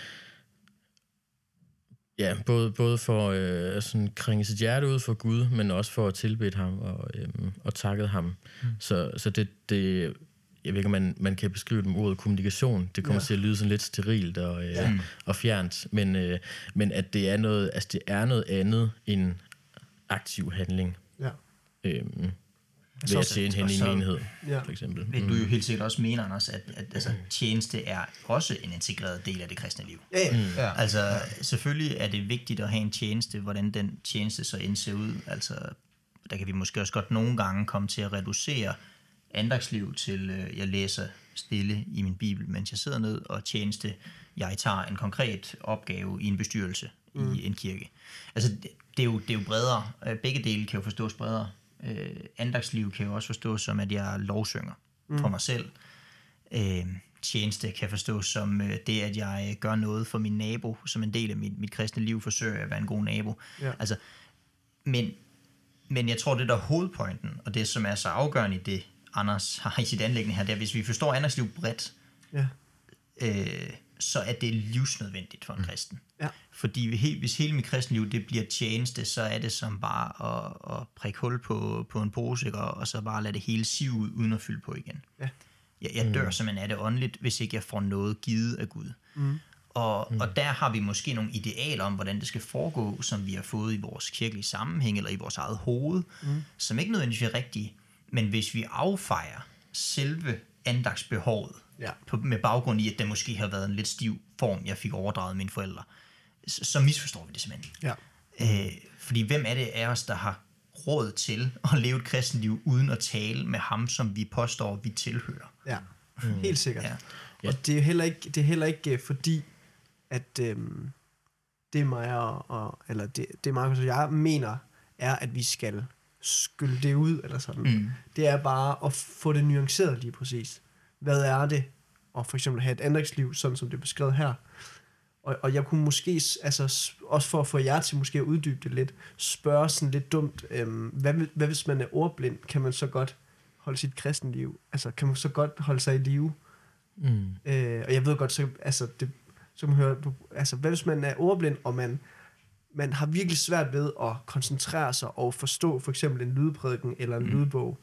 både for sådan kringe sit hjerte ud for Gud, men også for at tilbede ham og takket ham. Så det jeg ved ikke, om man kan beskrive det med ordet kommunikation. Det kommer til at lyde sådan lidt sterilt og fjernt, men at det er noget, altså det er noget andet end aktiv handling. Ja. Ved at tjene hen i en menighed, for eksempel. Vil du jo helt sikkert også mener, Anders, at altså, tjeneste er også en integreret del af det kristne liv. Ja. Altså, selvfølgelig er det vigtigt at have en tjeneste, hvordan den tjeneste så end ser ud. Altså, der kan vi måske også godt nogle gange komme til at reducere andagsliv til, jeg læser stille i min bibel, mens jeg sidder ned, og tjeneste, jeg tager en konkret opgave i en bestyrelse i en kirke. Altså, det er jo bredere. Begge dele kan jo forstås bredere. Andagsliv kan jo også forstås som, at jeg lovsynger for mig selv. Tjeneste kan forstås som det, at jeg gør noget for min nabo, som en del af mit kristne liv, forsøger at være en god nabo. Ja. Altså, men jeg tror, det der er hovedpointen, og det, som er så afgørende i det, Anders har i sit anliggende her, det er, hvis vi forstår andagsliv bredt, så er det livsnødvendigt for en kristen. Ja. Fordi hvis hele mit kristenliv det bliver tjeneste, så er det som bare at prikke hul på en pose, og så bare lade det hele sive ud, uden at fylde på igen. Ja. Jeg dør simpelthen af det åndeligt, hvis ikke jeg får noget givet af Gud. Og der har vi måske nogle idealer om, hvordan det skal foregå, som vi har fået i vores kirkelige sammenhæng, eller i vores eget hoved, som ikke nødvendigvis er rigtige. Men hvis vi affejer selve andagsbehovet, med baggrund i, at det måske har været en lidt stiv form, jeg fik overdraget af mine forældre, så misforstår vi det simpelthen. Ja. Fordi hvem er det af os, der har råd til at leve et kristenliv, uden at tale med ham, som vi påstår, vi tilhører? Ja, helt sikkert. Ja. Og det er heller ikke fordi, at det er mig eller det Markus og jeg mener, er, at vi skal skylde det ud, eller sådan. Det er bare at få det nuanceret lige præcis. Hvad er det? Og for eksempel have et andagsliv, sådan som det er beskrevet her. Og jeg kunne måske, altså også for at få jer til måske at uddybe det lidt, spørge sådan lidt dumt, hvad hvis man er ordblind? Kan man så godt holde sit kristenliv? Altså, kan man så godt holde sig i live? Og jeg ved godt, så kan man høre, altså, hvad hvis man er ordblind, og man har virkelig svært ved at koncentrere sig og forstå for eksempel en lydprædiken eller en lydbog.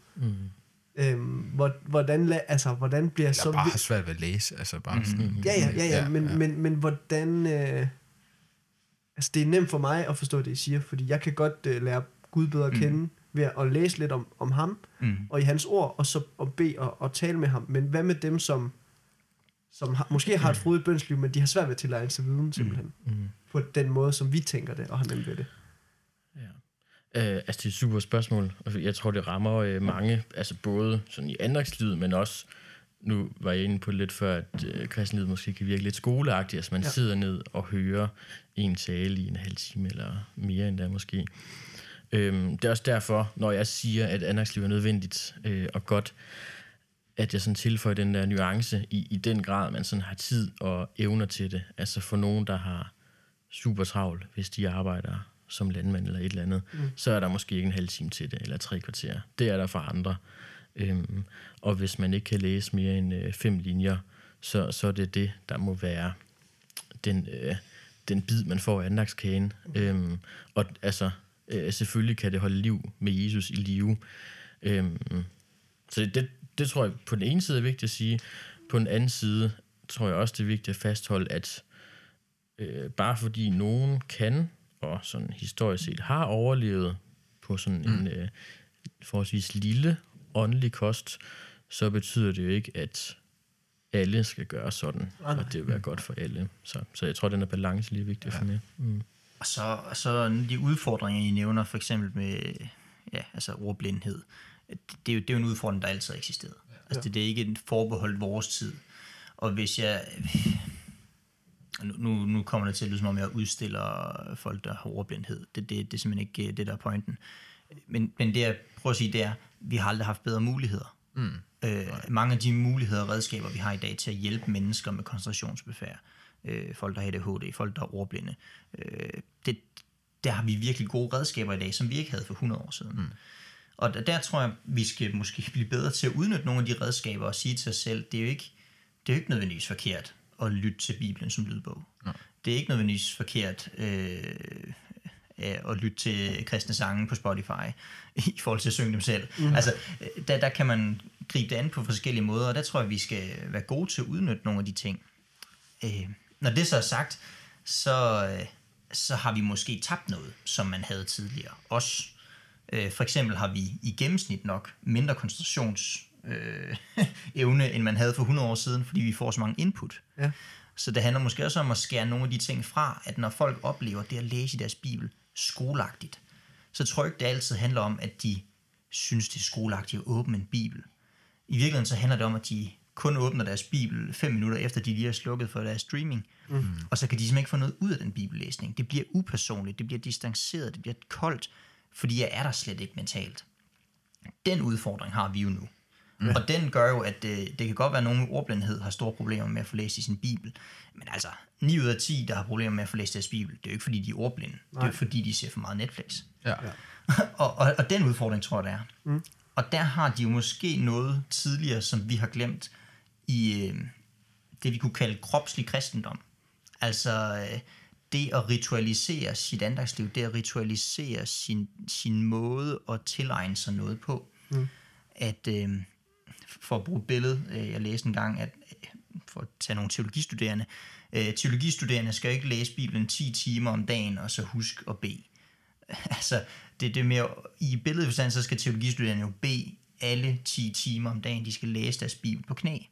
Hvordan bliver så... Jeg bare har svært ved at læse, altså bare sådan... Men hvordan... altså, det er nemt for mig at forstå det, I siger, fordi jeg kan godt lære Gud bedre at kende ved at læse lidt om ham, og i hans ord, og så at bede og tale med ham. Men hvad med dem, som måske har et frodigt bønsliv, men de har svært ved at tilegne sig viden, simpelthen. På den måde, som vi tænker det, og har nemt ved det. Ja. Altså, det er et super spørgsmål. Jeg tror, det rammer mange, altså både sådan i andagslivet, men også, nu var jeg inde på lidt før, at kristenlivet måske kan virke lidt skoleagtigt, altså man sidder ned og hører en tale i en halv time, eller mere endda måske. Det er også derfor, når jeg siger, at andagsliv er nødvendigt og godt, at jeg sådan tilføjer den der nuance i den grad, man sådan har tid og evner til det. Altså for nogen, der har super travlt, hvis de arbejder som landmand eller et eller andet, så er der måske ikke en halv time til det, eller 3 kvarter. Det er der for andre. Og hvis man ikke kan læse mere end 5 linjer, så er det, der må være den bid, man får af andagskagen. Og altså, selvfølgelig kan det holde liv med Jesus i live. Så det tror jeg på den ene side er vigtigt at sige. På den anden side tror jeg også, det er vigtigt at fastholde, at bare fordi nogen kan, og sådan historisk set har overlevet på sådan en forholdsvis lille åndelig kost, så betyder det jo ikke, at alle skal gøre sådan, og det vil være godt for alle. Så jeg tror, den er balance lige vigtig for mig. Og så de udfordringer, I nævner, for eksempel med ordblindhed, det er jo en udfordring, der altid har eksisteret. Altså, det er ikke en forbeholdt vores tid. Og hvis jeg... Nu kommer det til at lyde, som om jeg udstiller folk, der har ordblindhed. Det er simpelthen ikke det, der er pointen. Men det, jeg prøver at sige, det er, at vi har aldrig haft bedre muligheder. Mange af de muligheder og redskaber, vi har i dag til at hjælpe mennesker med koncentrationsbesvær, folk, der har ADHD, folk, der er ordblinde, der har vi virkelig gode redskaber i dag, som vi ikke havde for 100 år siden. Og der tror jeg, vi skal måske blive bedre til at udnytte nogle af de redskaber og sige til os selv, det er jo ikke nødvendigvis forkert at lytte til Bibelen som lydbog. Ja. Det er ikke nødvendigvis forkert at lytte til kristne sange på Spotify i forhold til at synge dem selv. Altså, der kan man gribe det an på forskellige måder, og der tror jeg, vi skal være gode til at udnytte nogle af de ting. Når det så er sagt, så har vi måske tabt noget, som man havde tidligere. Også for eksempel har vi i gennemsnit nok mindre koncentrationsevne, end man havde for 100 år siden, fordi vi får så mange input. Ja. Så det handler måske også om at skære nogle af de ting fra, at når folk oplever det at læse i deres bibel skoleagtigt, så tror jeg ikke, det altid handler om, at de synes, det er skoleagtigt at åbne en bibel. I virkeligheden så handler det om, at de kun åbner deres bibel 5 minutter efter, de lige har slukket for deres streaming. Og så kan de simpelthen ikke få noget ud af den bibellæsning. Det bliver upersonligt, det bliver distanceret, det bliver koldt, fordi jeg er der slet ikke mentalt. Den udfordring har vi jo nu. Og den gør jo, at det kan godt være, at nogen med ordblindhed har store problemer med at få læst i sin bibel. Men altså, 9 ud af 10, der har problemer med at få læst deres bibel, det er jo ikke, fordi de er ordblinde. Det er jo, fordi de ser for meget Netflix. Ja. og den udfordring, tror jeg, det er. Og der har de jo måske noget tidligere, som vi har glemt i det, vi kunne kalde kropslig kristendom. Altså det at ritualisere sit andagsliv, det at ritualisere sin måde at tilegne sig noget på. At, for at bruge et billede, jeg læste en gang, at for at tage nogle teologistuderende skal ikke læse Bibelen 10 timer om dagen, og så huske at bede. Altså, det er mere, i billedforstand, så skal teologistuderende jo bede alle 10 timer om dagen, de skal læse deres bibel på knæ.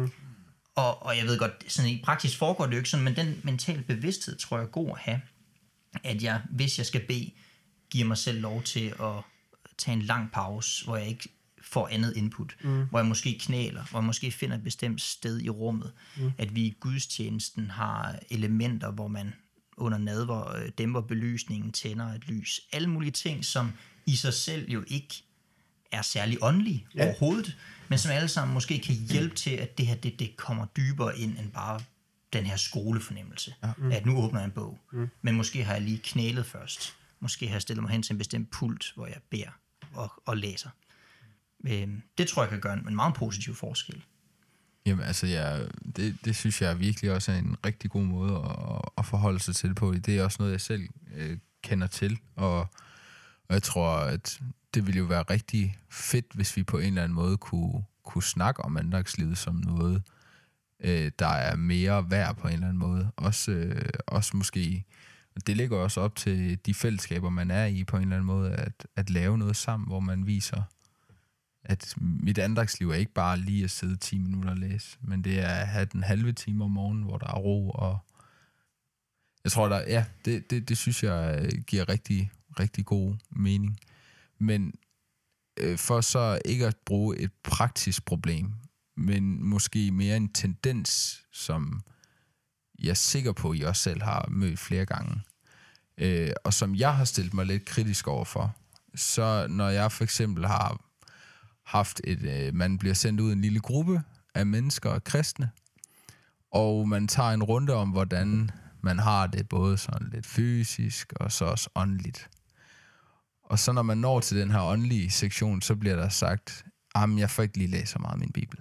Og jeg ved godt, sådan i praksis foregår det jo ikke sådan, men den mentale bevidsthed, tror jeg er god at have, at jeg, hvis jeg skal bede, giver mig selv lov til at tage en lang pause, hvor jeg ikke får andet input, hvor jeg måske knæler, hvor jeg måske finder et bestemt sted i rummet, at vi i gudstjenesten har elementer, hvor man under nadver dæmper belysningen, tænder et lys, alle mulige ting, som i sig selv jo ikke er særlig åndelige overhovedet, men som alle sammen måske kan hjælpe til, at det her det kommer dybere ind end bare den her skolefornemmelse, at nu åbner jeg en bog, men måske har jeg lige knælet først, måske har jeg stillet mig hen til en bestemt pult, hvor jeg beder og læser. Det tror jeg kan gøre en meget positiv forskel. Jamen altså, det synes jeg virkelig også er en rigtig god måde at forholde sig til det på. Det er også noget, jeg selv kender til, og jeg tror, at det ville jo være rigtig fedt, hvis vi på en eller anden måde kunne snakke om andagslivet som noget, der er mere værd på en eller anden måde. Også måske, det ligger også op til de fællesskaber, man er i på en eller anden måde, at lave noget sammen, hvor man viser, at mit andagsliv er ikke bare lige at sidde 10 minutter og læse, men det er at have den halve time om morgenen, hvor der er ro, og jeg tror, det synes jeg giver rigtig, rigtig god mening. Men for så ikke at bruge et praktisk problem, men måske mere en tendens, som jeg er sikker på, at I også selv har mødt flere gange, og som jeg har stillet mig lidt kritisk overfor. Så når jeg for eksempel har haft man bliver sendt ud en lille gruppe af mennesker og kristne, og man tager en runde om, hvordan man har det, både sådan lidt fysisk og så også åndeligt. Og så når man når til den her åndelige sektion, så bliver der sagt, jeg får ikke lige læst så meget af min bibel.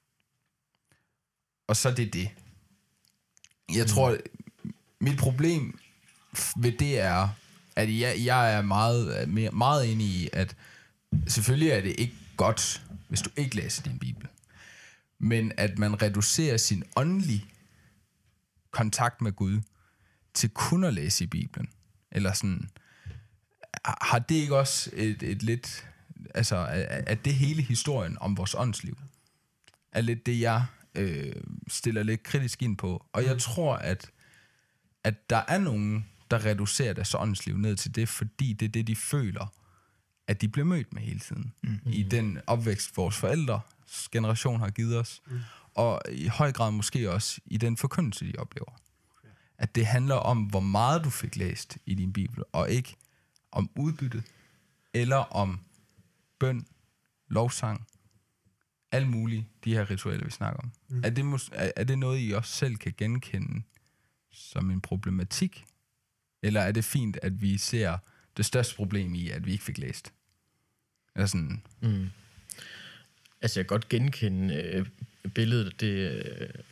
Og så er det. Jeg tror, mit problem ved det er, at jeg er meget enig i, at selvfølgelig er det ikke godt, hvis du ikke læser din bibel. Men at man reducerer sin åndelige kontakt med Gud til kun at læse i Bibelen. Eller sådan, har det ikke også et lidt, altså, at det hele historien om vores åndsliv, er lidt det, jeg stiller lidt kritisk ind på. Og jeg tror, at der er nogen, der reducerer deres åndsliv ned til det, fordi det er det, de føler, at de bliver mødt med hele tiden. I den opvækst, vores forældres generation har givet os. Og i høj grad måske også i den forkyndelse, de oplever. At det handler om, hvor meget du fik læst i din bibel, og ikke om udbyttet, eller om bøn, lovsang, alle mulige de her ritualer, vi snakker om. Er det noget, I også selv kan genkende som en problematik? Eller er det fint, at vi ser det største problem i, at vi ikke fik læst? Eller sådan. Altså, jeg kan godt genkende billedet.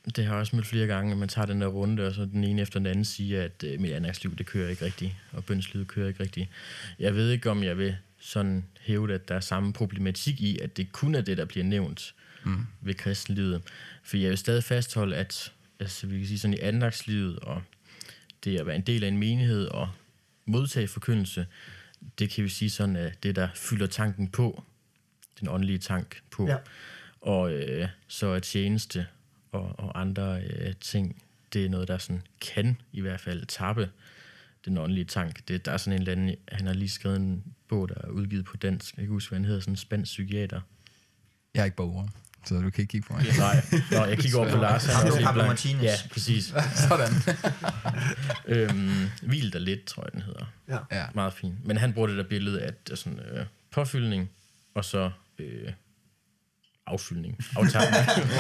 Det har jeg også mødt flere gange, at man tager den der runde, og så den ene efter den anden siger, at mit andagsliv, det kører ikke rigtigt, og bønslivet kører ikke rigtigt. Jeg ved ikke, om jeg vil sådan hævde, at der er samme problematik i, at det kun er det, der bliver nævnt ved kristenlivet. For jeg vil stadig fastholde, at altså, vi kan sige sådan i andagslivet, og det at være en del af en menighed, og modtage forkyndelse, det kan vi sige sådan, at det, der fylder tanken på, den åndelige tank på, og så er tjeneste og andre ting, det er noget, der sådan kan i hvert fald tappe den åndelige tank. Der er sådan en eller anden, han har lige skrevet en bog, der er udgivet på dansk. Jeg kan huske, hvad han hedder, sådan en spansk psykiater. Jeg er ikke bogord, så du kan ikke kigge på mig. Nej, jeg kigger over på Lars. Pablo Martinez. Ja, præcis. Sådan. Hvil der lidt, tror jeg, den hedder. Ja. Meget fint. Men han bruger det der billede af sådan, påfyldning, og så affyldning. Aftapning.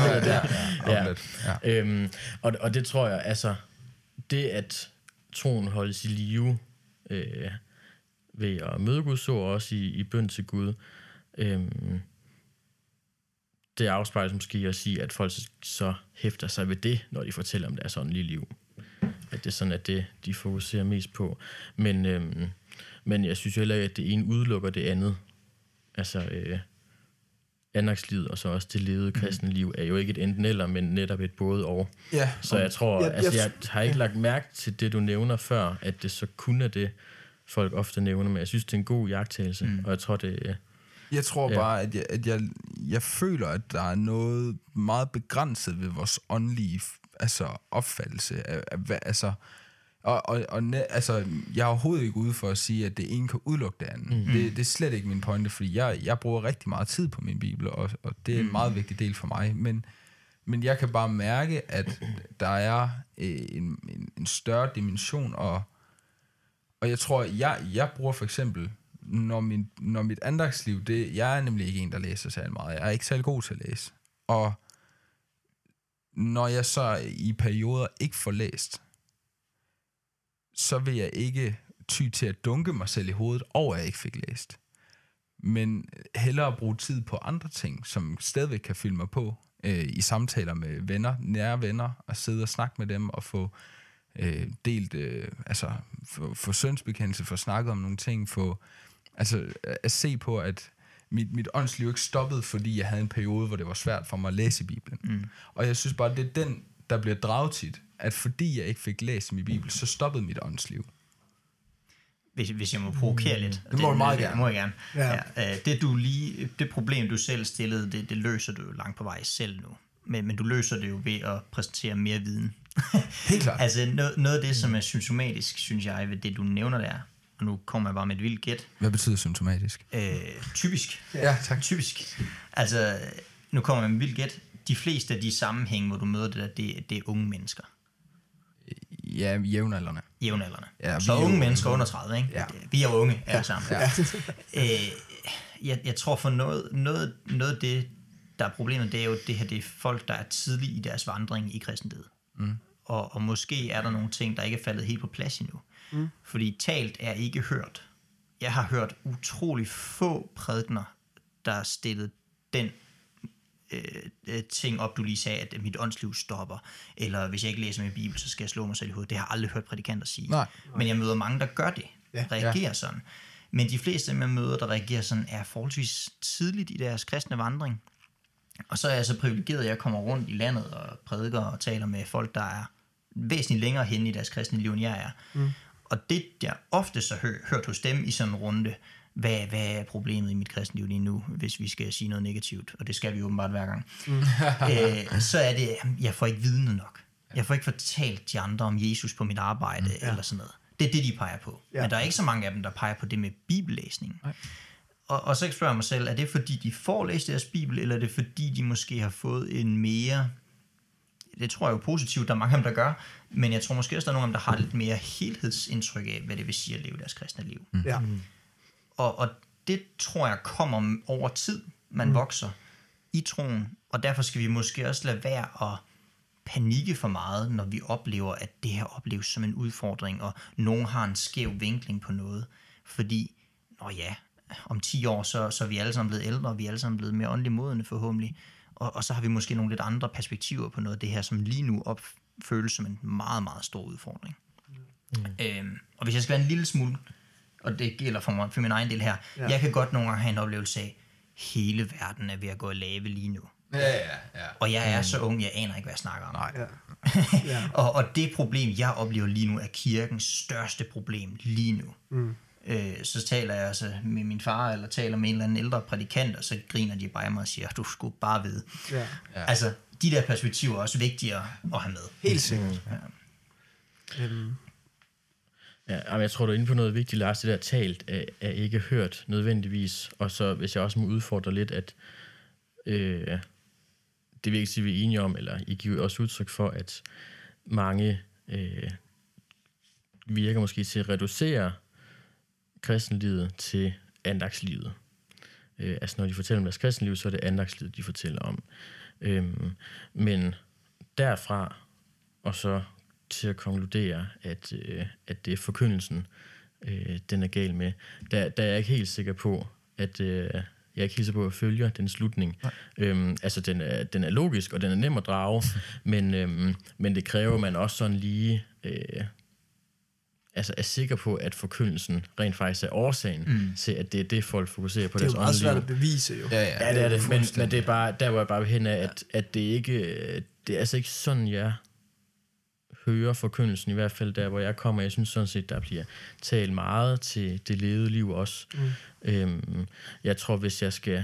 Og det tror jeg, altså, det at troen holdes i live ved at møde Guds ord, også i bøn til Gud, det afspejles måske at sige, at folk så hæfter sig ved det, når de fortæller om deres åndelige liv. At det er sådan, at det, de fokuserer mest på. Men jeg synes heller ikke, at det ene udelukker det andet. Altså, andagslivet og så også det levede kristne liv er jo ikke et enten eller, men netop et både og. Ja. Så jeg tror, jeg har ikke lagt mærke til det, du nævner før, at det så kun er det, folk ofte nævner, men jeg synes, det er en god iagttagelse, og jeg tror, det Jeg tror bare, at jeg føler, at der er noget meget begrænset ved vores åndelige opfattelse. Altså, jeg er overhovedet ikke ude for at sige, at det ene kan udelukke det andet. Det er slet ikke min pointe, fordi jeg bruger rigtig meget tid på min bibel, og det er en meget vigtig del for mig. Men jeg kan bare mærke, at der er en større dimension, og jeg tror, jeg bruger for eksempel, når mit andagsliv, jeg er nemlig ikke en, der læser særlig meget. Jeg er ikke særlig god til at læse. Og når jeg så i perioder ikke får læst, så vil jeg ikke ty til at dunke mig selv i hovedet over, at jeg ikke fik læst. Men hellere bruge tid på andre ting, som stadigvæk kan fylde mig på, i samtaler med venner, nære venner, og sidde og snakke med dem, og få delt, få syndsbekendelse, få snakket om nogle ting, at se på, at mit åndsliv ikke stoppede, fordi jeg havde en periode, hvor det var svært for mig at læse i Bibelen. Og jeg synes bare, det er den, der bliver draget tit, at fordi jeg ikke fik læst min Bibel, så stoppede mit åndsliv. Hvis jeg må provokere lidt. Det må du meget gerne. Det må jeg gerne. Ja. Det problem, du selv stillede, det løser du jo langt på vej selv nu. Men du løser det jo ved at præsentere mere viden. Helt klart. Altså noget af det, som er symptomatisk, synes jeg, ved det, du nævner der, og nu kommer jeg bare med et vildt gæt. Hvad betyder symptomatisk? Typisk. Ja, tak. Typisk. Altså, nu kommer jeg med et vildt gæt. De fleste af de sammenhænge, hvor du møder det der, det er unge mennesker. Ja, jævnaldrende. Ja, så unge mennesker under 30, ikke? Ja. Vi er unge alle sammen. Ja. Jeg tror for noget af det, der er problemet, det er jo det her, det er folk, der er tidlige i deres vandring i kristendivet. Og måske er der nogle ting, der ikke er faldet helt på plads endnu. Fordi talt er ikke hørt. Jeg har hørt utrolig få prædikener, der stillede den ting op, du lige sagde, at mit åndsliv stopper, eller hvis jeg ikke læser min bibel, så skal jeg slå mig selv i hovedet. Det har jeg aldrig hørt prædikanter sige. Nej. Men jeg møder mange, der gør det, reagerer sådan. Men de fleste af dem, jeg møder, der reagerer sådan, er forholdsvis tidligt i deres kristne vandring. Og så er jeg så privilegeret, at jeg kommer rundt i landet og prædiker og taler med folk, der er væsentligt længere henne i deres kristne liv, end jeg er. Og det, jeg ofte så hørt hos dem i sådan en runde, hvad er problemet i mit kristne liv lige nu, hvis vi skal sige noget negativt, og det skal vi åbenbart hver gang, så er det, jeg får ikke vidnet nok. Jeg får ikke fortalt de andre om Jesus på mit arbejde, eller sådan noget. Det er det, de peger på. Men der er ikke så mange af dem, der peger på det med bibellæsning. Og så spørger jeg mig selv, er det fordi, de får læst deres bibel, eller er det fordi, de måske har fået en mere... Det tror jeg jo positivt, der er mange af dem, der gør, men jeg tror måske også, der er nogle af dem, der har lidt mere helhedsindtryk af, hvad det vil sige at leve deres kristne liv. Og det tror jeg kommer over tid, man vokser i troen, og derfor skal vi måske også lade være at panikke for meget, når vi oplever, at det her opleves som en udfordring, og nogen har en skæv vinkling på noget. Fordi, om 10 år, så er vi alle sammen blevet ældre, og vi er alle sammen blevet mere åndeligt modne forhåbentlig. Og så har vi måske nogle lidt andre perspektiver på noget af det her, som lige nu føles som en meget, meget stor udfordring. Og hvis jeg skal være en lille smule, og det gælder for min egen del her, jeg kan godt nogle gange have en oplevelse af, hele verden er ved at gå og lave lige nu. Ja. Og jeg er så ung, jeg aner ikke, hvad jeg snakker om. Nej. Og det problem, jeg oplever lige nu, er kirkens største problem lige nu. Så taler jeg altså med min far, eller taler med en eller anden ældre prædikant, og så griner de bare af mig og siger, du skulle bare vide. Ja. Altså, de der perspektiver er også vigtigere at have med. Helt sikkert. Ja, jeg tror, du er inde på noget vigtigt, Lars. Det der talt er ikke hørt nødvendigvis. Og så hvis jeg også må udfordre lidt, at det vil ikke sige, vi er enige om, eller I giver også udtryk for, at mange virker måske til at reducere kristenlivet til andagslivet. Altså når de fortæller om deres kristenliv, så er det andagslivet, de fortæller om. Men derfra og så til at konkludere, at det er forkyndelsen, den er gal med. Der er jeg ikke helt sikker på, at jeg er ikke helt sikker på, at jeg følger den slutning. Altså, den er logisk, og den er nem at drage, men det kræver, at man også sådan lige er sikker på, at forkyndelsen rent faktisk er årsagen til, at det er det, folk fokuserer på deres åndelige liv. Det er jo meget svært at bevise, jo. Ja, det er det, men det er bare, der hvor jeg bare vil hen af, at det ikke, det er altså ikke sådan, jeg hører forkyndelsen, i hvert fald der, hvor jeg kommer. Jeg synes sådan set, der bliver talt meget til det levede liv også. Jeg tror, hvis jeg skal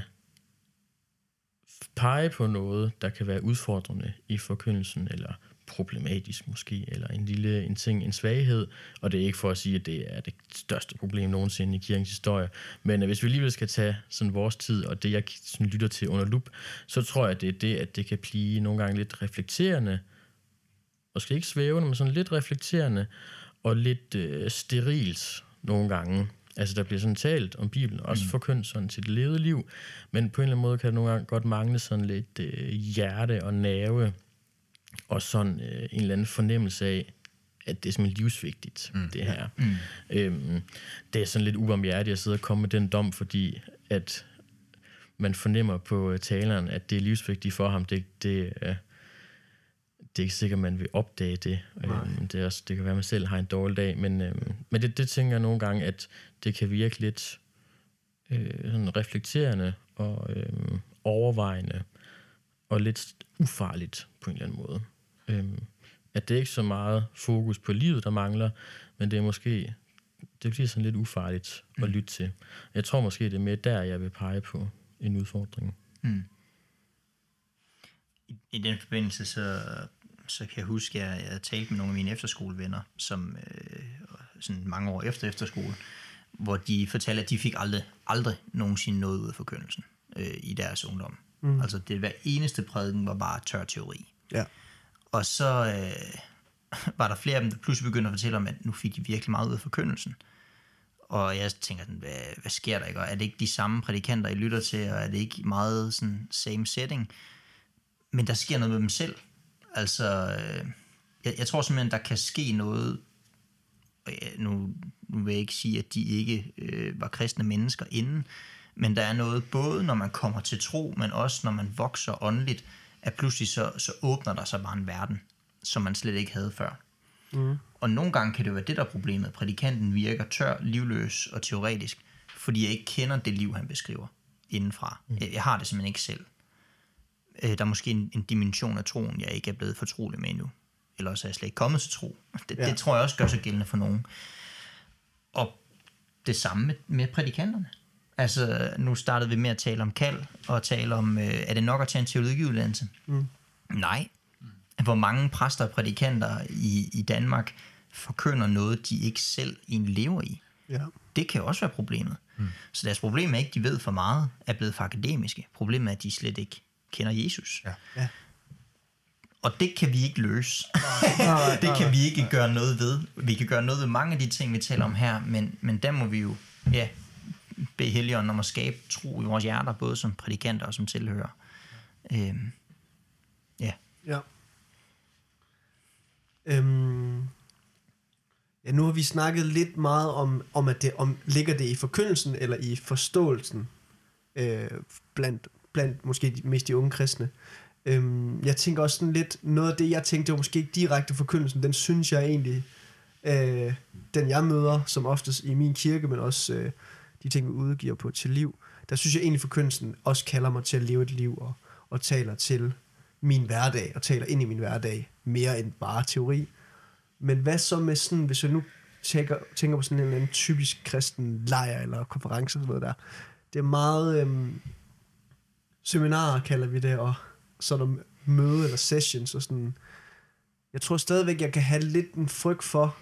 pege på noget, der kan være udfordrende i forkyndelsen, eller problematisk måske, eller en svaghed, og det er ikke for at sige, at det er det største problem nogensinde i kirkens historie, men hvis vi alligevel skal tage sådan vores tid, og det jeg sådan lytter til under lup, så tror jeg, det er det, at det kan blive nogle gange lidt reflekterende, måske ikke svævende, men sådan lidt reflekterende, og lidt sterilt nogle gange. Altså der bliver sådan talt om Bibelen, også forkyndt sådan til det levede liv, men på en eller anden måde kan det nogle gange godt mangle sådan lidt hjerte og nerve, og sådan en eller anden fornemmelse af, at det er simpelthen livsvigtigt, det her. Det er sådan lidt ubarmhjertigt at sidde og komme med den dom, fordi at man fornemmer på taleren, at det er livsvigtigt for ham. Det er ikke sikkert, man vil opdage det. Det kan være, at man selv har en dårlig dag, men det tænker jeg nogle gange, at det kan virke lidt sådan reflekterende og overvejende og lidt ufarligt på en eller anden måde. At det ikke så meget fokus på livet, der mangler, men det er måske, det bliver sådan lidt ufarligt at lytte til. Jeg tror måske, det er mere der, jeg vil pege på en udfordring. I den forbindelse, så kan jeg huske, at jeg talte med nogle af mine efterskolevenner, som sådan mange år efter efterskole, hvor de fortalte, at de fik aldrig nogensinde noget ud af forkyndelsen i deres ungdom. Altså det hver eneste prædiken var bare tør teori. Ja. Og så var der flere af dem, der pludselig begyndte at fortælle om, at nu fik de virkelig meget ud af forkyndelsen. Og jeg tænker, hvad sker der ikke? Og er det ikke de samme prædikanter, I lytter til, og er det ikke meget sådan same setting? Men der sker noget med dem selv. Altså, jeg tror simpelthen, der kan ske noget. Nu vil jeg ikke sige, at de ikke var kristne mennesker inden, men der er noget, både når man kommer til tro, men også når man vokser åndeligt, at pludselig så åbner der sig bare en verden, som man slet ikke havde før. Og nogle gange kan det være det, der er problemet. Prædikanten virker tør, livløs og teoretisk, fordi jeg ikke kender det liv, han beskriver indenfra. Jeg har det simpelthen ikke selv. Der er måske en dimension af troen, jeg ikke er blevet fortrolig med endnu. Eller også er jeg slet ikke kommet til tro. Det tror jeg også gør sig gældende for nogen. Og det samme med prædikanterne. Altså, nu startede vi med at tale om kald, og tale om, er det nok at tage en teologiuddannelse? Nej. Hvor mange præster og prædikanter i Danmark forkynder noget, de ikke selv egentlig lever i. Ja. Det kan jo også være problemet. Så deres problem er ikke, de ved for meget, er blevet for akademiske. Problemet er, at de slet ikke kender Jesus. Ja. Og det kan vi ikke løse. Det kan vi ikke gøre noget ved. Vi kan gøre noget ved mange af de ting, vi taler om her, men der må vi jo bede Helligånden om at skabe tro i vores hjerter, både som prædikanter og som tilhører. Nu har vi snakket lidt meget om at ligger det i forkyndelsen eller i forståelsen blandt blandt måske mest de unge kristne. Jeg tænker også sådan lidt, noget af det, jeg tænkte, det var måske ikke direkte forkyndelsen, den synes jeg egentlig, den jeg møder, som oftest i min kirke, men også de ting, vi udgiver på til liv, der synes jeg egentlig, forkyndelsen også kalder mig til at leve et liv, og taler til min hverdag, og taler ind i min hverdag, mere end bare teori. Men hvad så med sådan, hvis jeg nu tænker på sådan en eller anden typisk kristen lejr, eller konference, sådan noget der, det er meget seminarer, kalder vi det, og sådan møde eller sessions, og sådan. Jeg tror stadigvæk, jeg kan have lidt en frygt for,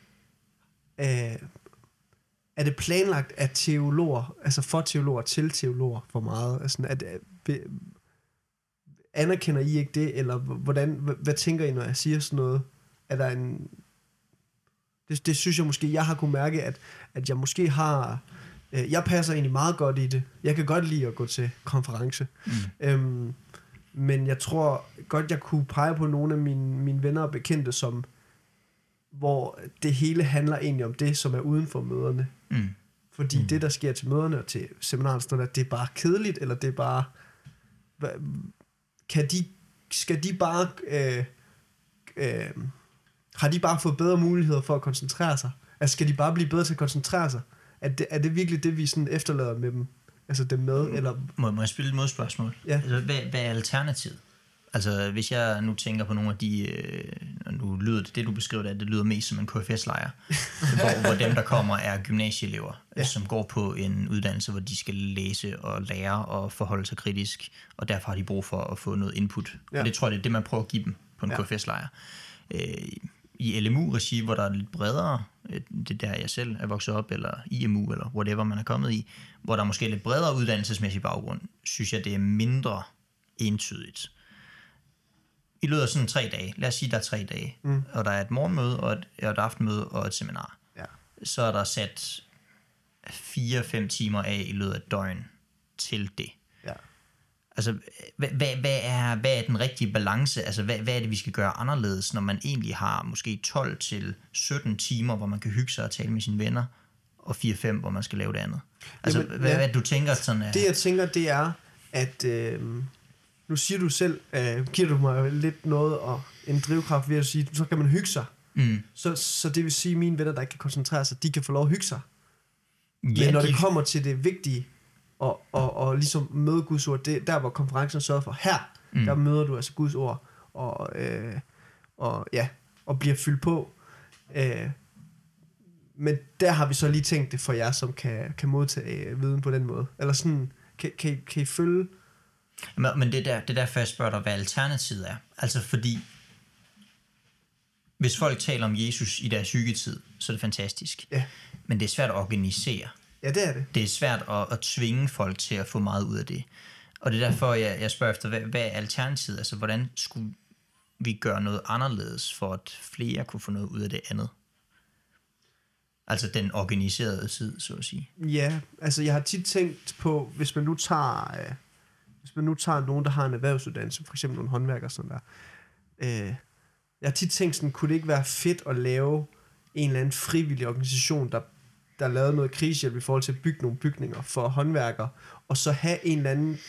er det planlagt af teologer, altså for teologer til teologer for meget? Altså, anerkender I ikke det, eller hvad tænker I, når jeg siger sådan noget? Er der en... Det synes jeg måske, jeg har kunne mærke, at jeg måske har... Jeg passer egentlig meget godt i det. Jeg kan godt lide at gå til konference. Men jeg tror godt, jeg kunne pege på nogle af mine venner og bekendte, hvor det hele handler egentlig om det, som er uden for møderne. Fordi det, der sker til møderne og til seminarerne, det er bare kedeligt, eller det er bare... Skal de bare... har de bare fået bedre muligheder for at koncentrere sig? Altså, skal de bare blive bedre til at koncentrere sig? Er det virkelig det, vi sådan efterlader med dem? Altså dem med, eller... Må jeg spille et modspørgsmål? Ja. Altså, hvad er alternativet? Altså, hvis jeg nu tænker på nogle af de... nu lyder det du beskriver det lyder mest som en KFS-lejr, hvor dem, der kommer, er gymnasieelever, som går på en uddannelse, hvor de skal læse og lære og forholde sig kritisk, og derfor har de brug for at få noget input. Ja. Og det tror jeg, det er det, man prøver at give dem på en KFS-lejr. I LMU-regi, hvor der er lidt bredere, det der jeg selv er vokset op, eller IMU, eller whatever man er kommet i, hvor der er måske lidt bredere uddannelsesmæssig baggrund, synes jeg, det er mindre entydigt. I løbet af sådan 3 dage, lad os sige, der er 3 dage, og der er et morgenmøde, og et aftenmøde, og et seminar. Ja. Så er der sat 4-5 timer af i løbet af et døgn til det. Ja. Altså, hvad er den rigtige balance? Altså, hvad er det, vi skal gøre anderledes, når man egentlig har måske 12-17 timer, hvor man kan hygge sig og tale med sine venner, og 4-5, hvor man skal lave det andet? Altså, jamen, hvad du tænker sådan... Det, jeg tænker, det er, at... nu siger du selv, giver du mig lidt noget og en drivkraft ved at sige, så kan man hygge sig. Så det vil sige, at mine venner, der ikke kan koncentrere sig, de kan få lov at hygge sig. Ja, men når det kommer til det vigtige, og ligesom møde Guds ord, det der hvor konferencen sørger for, der møder du altså Guds ord, og bliver fyldt på. Men der har vi så lige tænkt det for jer, som kan modtage viden på den måde. Eller sådan, kan I følge... Men det er derfor, jeg spørger dig, hvad alternativet er. Altså fordi, hvis folk taler om Jesus i deres hyggetid, så er det fantastisk. Ja. Men det er svært at organisere. Ja, det er det. Det er svært at tvinge folk til at få meget ud af det. Og det er derfor, jeg spørger efter, hvad er alternativet? Altså, hvordan skulle vi gøre noget anderledes, for at flere kunne få noget ud af det andet? Altså den organiserede side, så at sige. Ja, altså jeg har tit tænkt på, hvis man nu tager nogen, der har en erhvervsuddannelse, for eksempel nogle håndværkere sådan der. Jeg har tit tænkt sådan, kunne det ikke være fedt at lave en eller anden frivillig organisation, der lavede noget krisehjælp i forhold til at bygge nogle bygninger for håndværkere, og så have en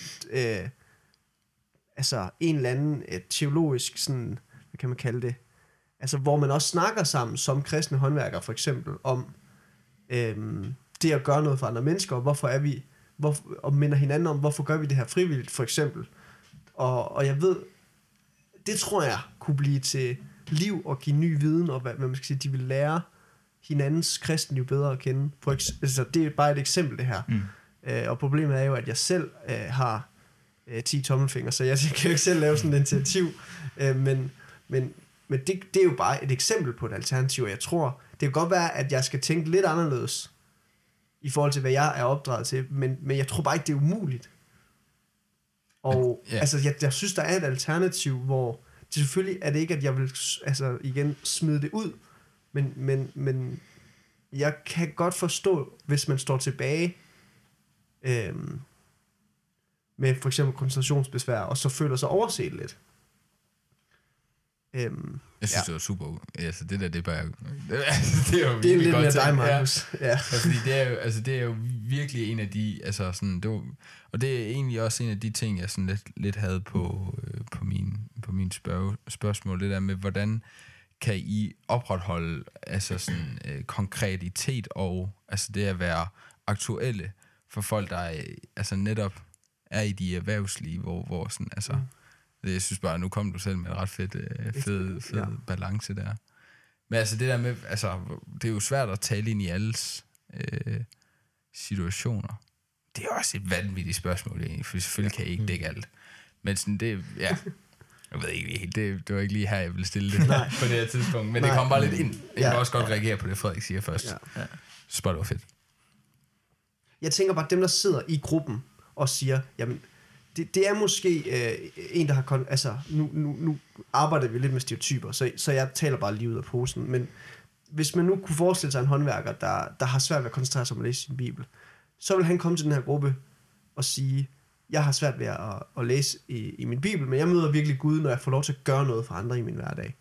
eller anden teologisk sådan, hvad kan man kalde det, altså hvor man også snakker sammen som kristne håndværkere for eksempel om det at gøre noget for andre mennesker, og hvorfor er vi og minder hinanden om, hvorfor gør vi det her frivilligt, for eksempel. Og jeg ved, det tror jeg kunne blive til liv og give ny viden, og hvad man skal sige, de vil lære hinandens kristenliv bedre at kende. Altså, det er bare et eksempel, det her. Og problemet er jo, at jeg selv har 10 tommelfingre, så jeg kan jo ikke selv lave sådan et initiativ. Men det er jo bare et eksempel på et alternativ, og jeg tror, det kan godt være, at jeg skal tænke lidt anderledes, i forhold til, hvad jeg er opdraget til, men jeg tror bare ikke, det er umuligt. Og altså, jeg synes, der er et alternativ, hvor det selvfølgelig er det ikke, at jeg vil altså, igen smide det ud, men jeg kan godt forstå, hvis man står tilbage med for eksempel koncentrationsbesvær, og så føler sig overset lidt. Jeg synes, det var super. Altså, det er bare... det er jo det er lidt mere dig, Markus. Ja. Fordi det er jo virkelig en af de... Altså, sådan, og det er egentlig også en af de ting, jeg sådan lidt havde på min spørgsmål. Det der med, hvordan kan I opretholde altså sådan, konkretitet og altså det at være aktuelle for folk, der altså netop er i de erhvervslige, hvor sådan, altså... Jeg synes bare, nu kom du selv med en ret fed balance der. Men altså det der med, altså det er jo svært at tale ind i alles situationer. Det er også et vanvittigt spørgsmål egentlig, for selvfølgelig kan I ikke dække alt. Men sådan det, ja, jeg ved ikke helt, det var ikke lige her, jeg ville stille det på det her tidspunkt. Men det kom bare lidt ind. Jeg kan også godt reagere på det, Frederik siger først. Ja. Så bare det var fedt. Jeg tænker bare, dem der sidder i gruppen og siger, jamen, det er måske en, der har... Altså, nu arbejder vi lidt med stereotyper, så jeg taler bare lige ud af posen. Men hvis man nu kunne forestille sig en håndværker, der har svært ved at koncentrere sig om at læse sin bibel, så vil han komme til den her gruppe og sige, jeg har svært ved at læse i min bibel, men jeg møder virkelig Gud, når jeg får lov til at gøre noget for andre i min hverdag.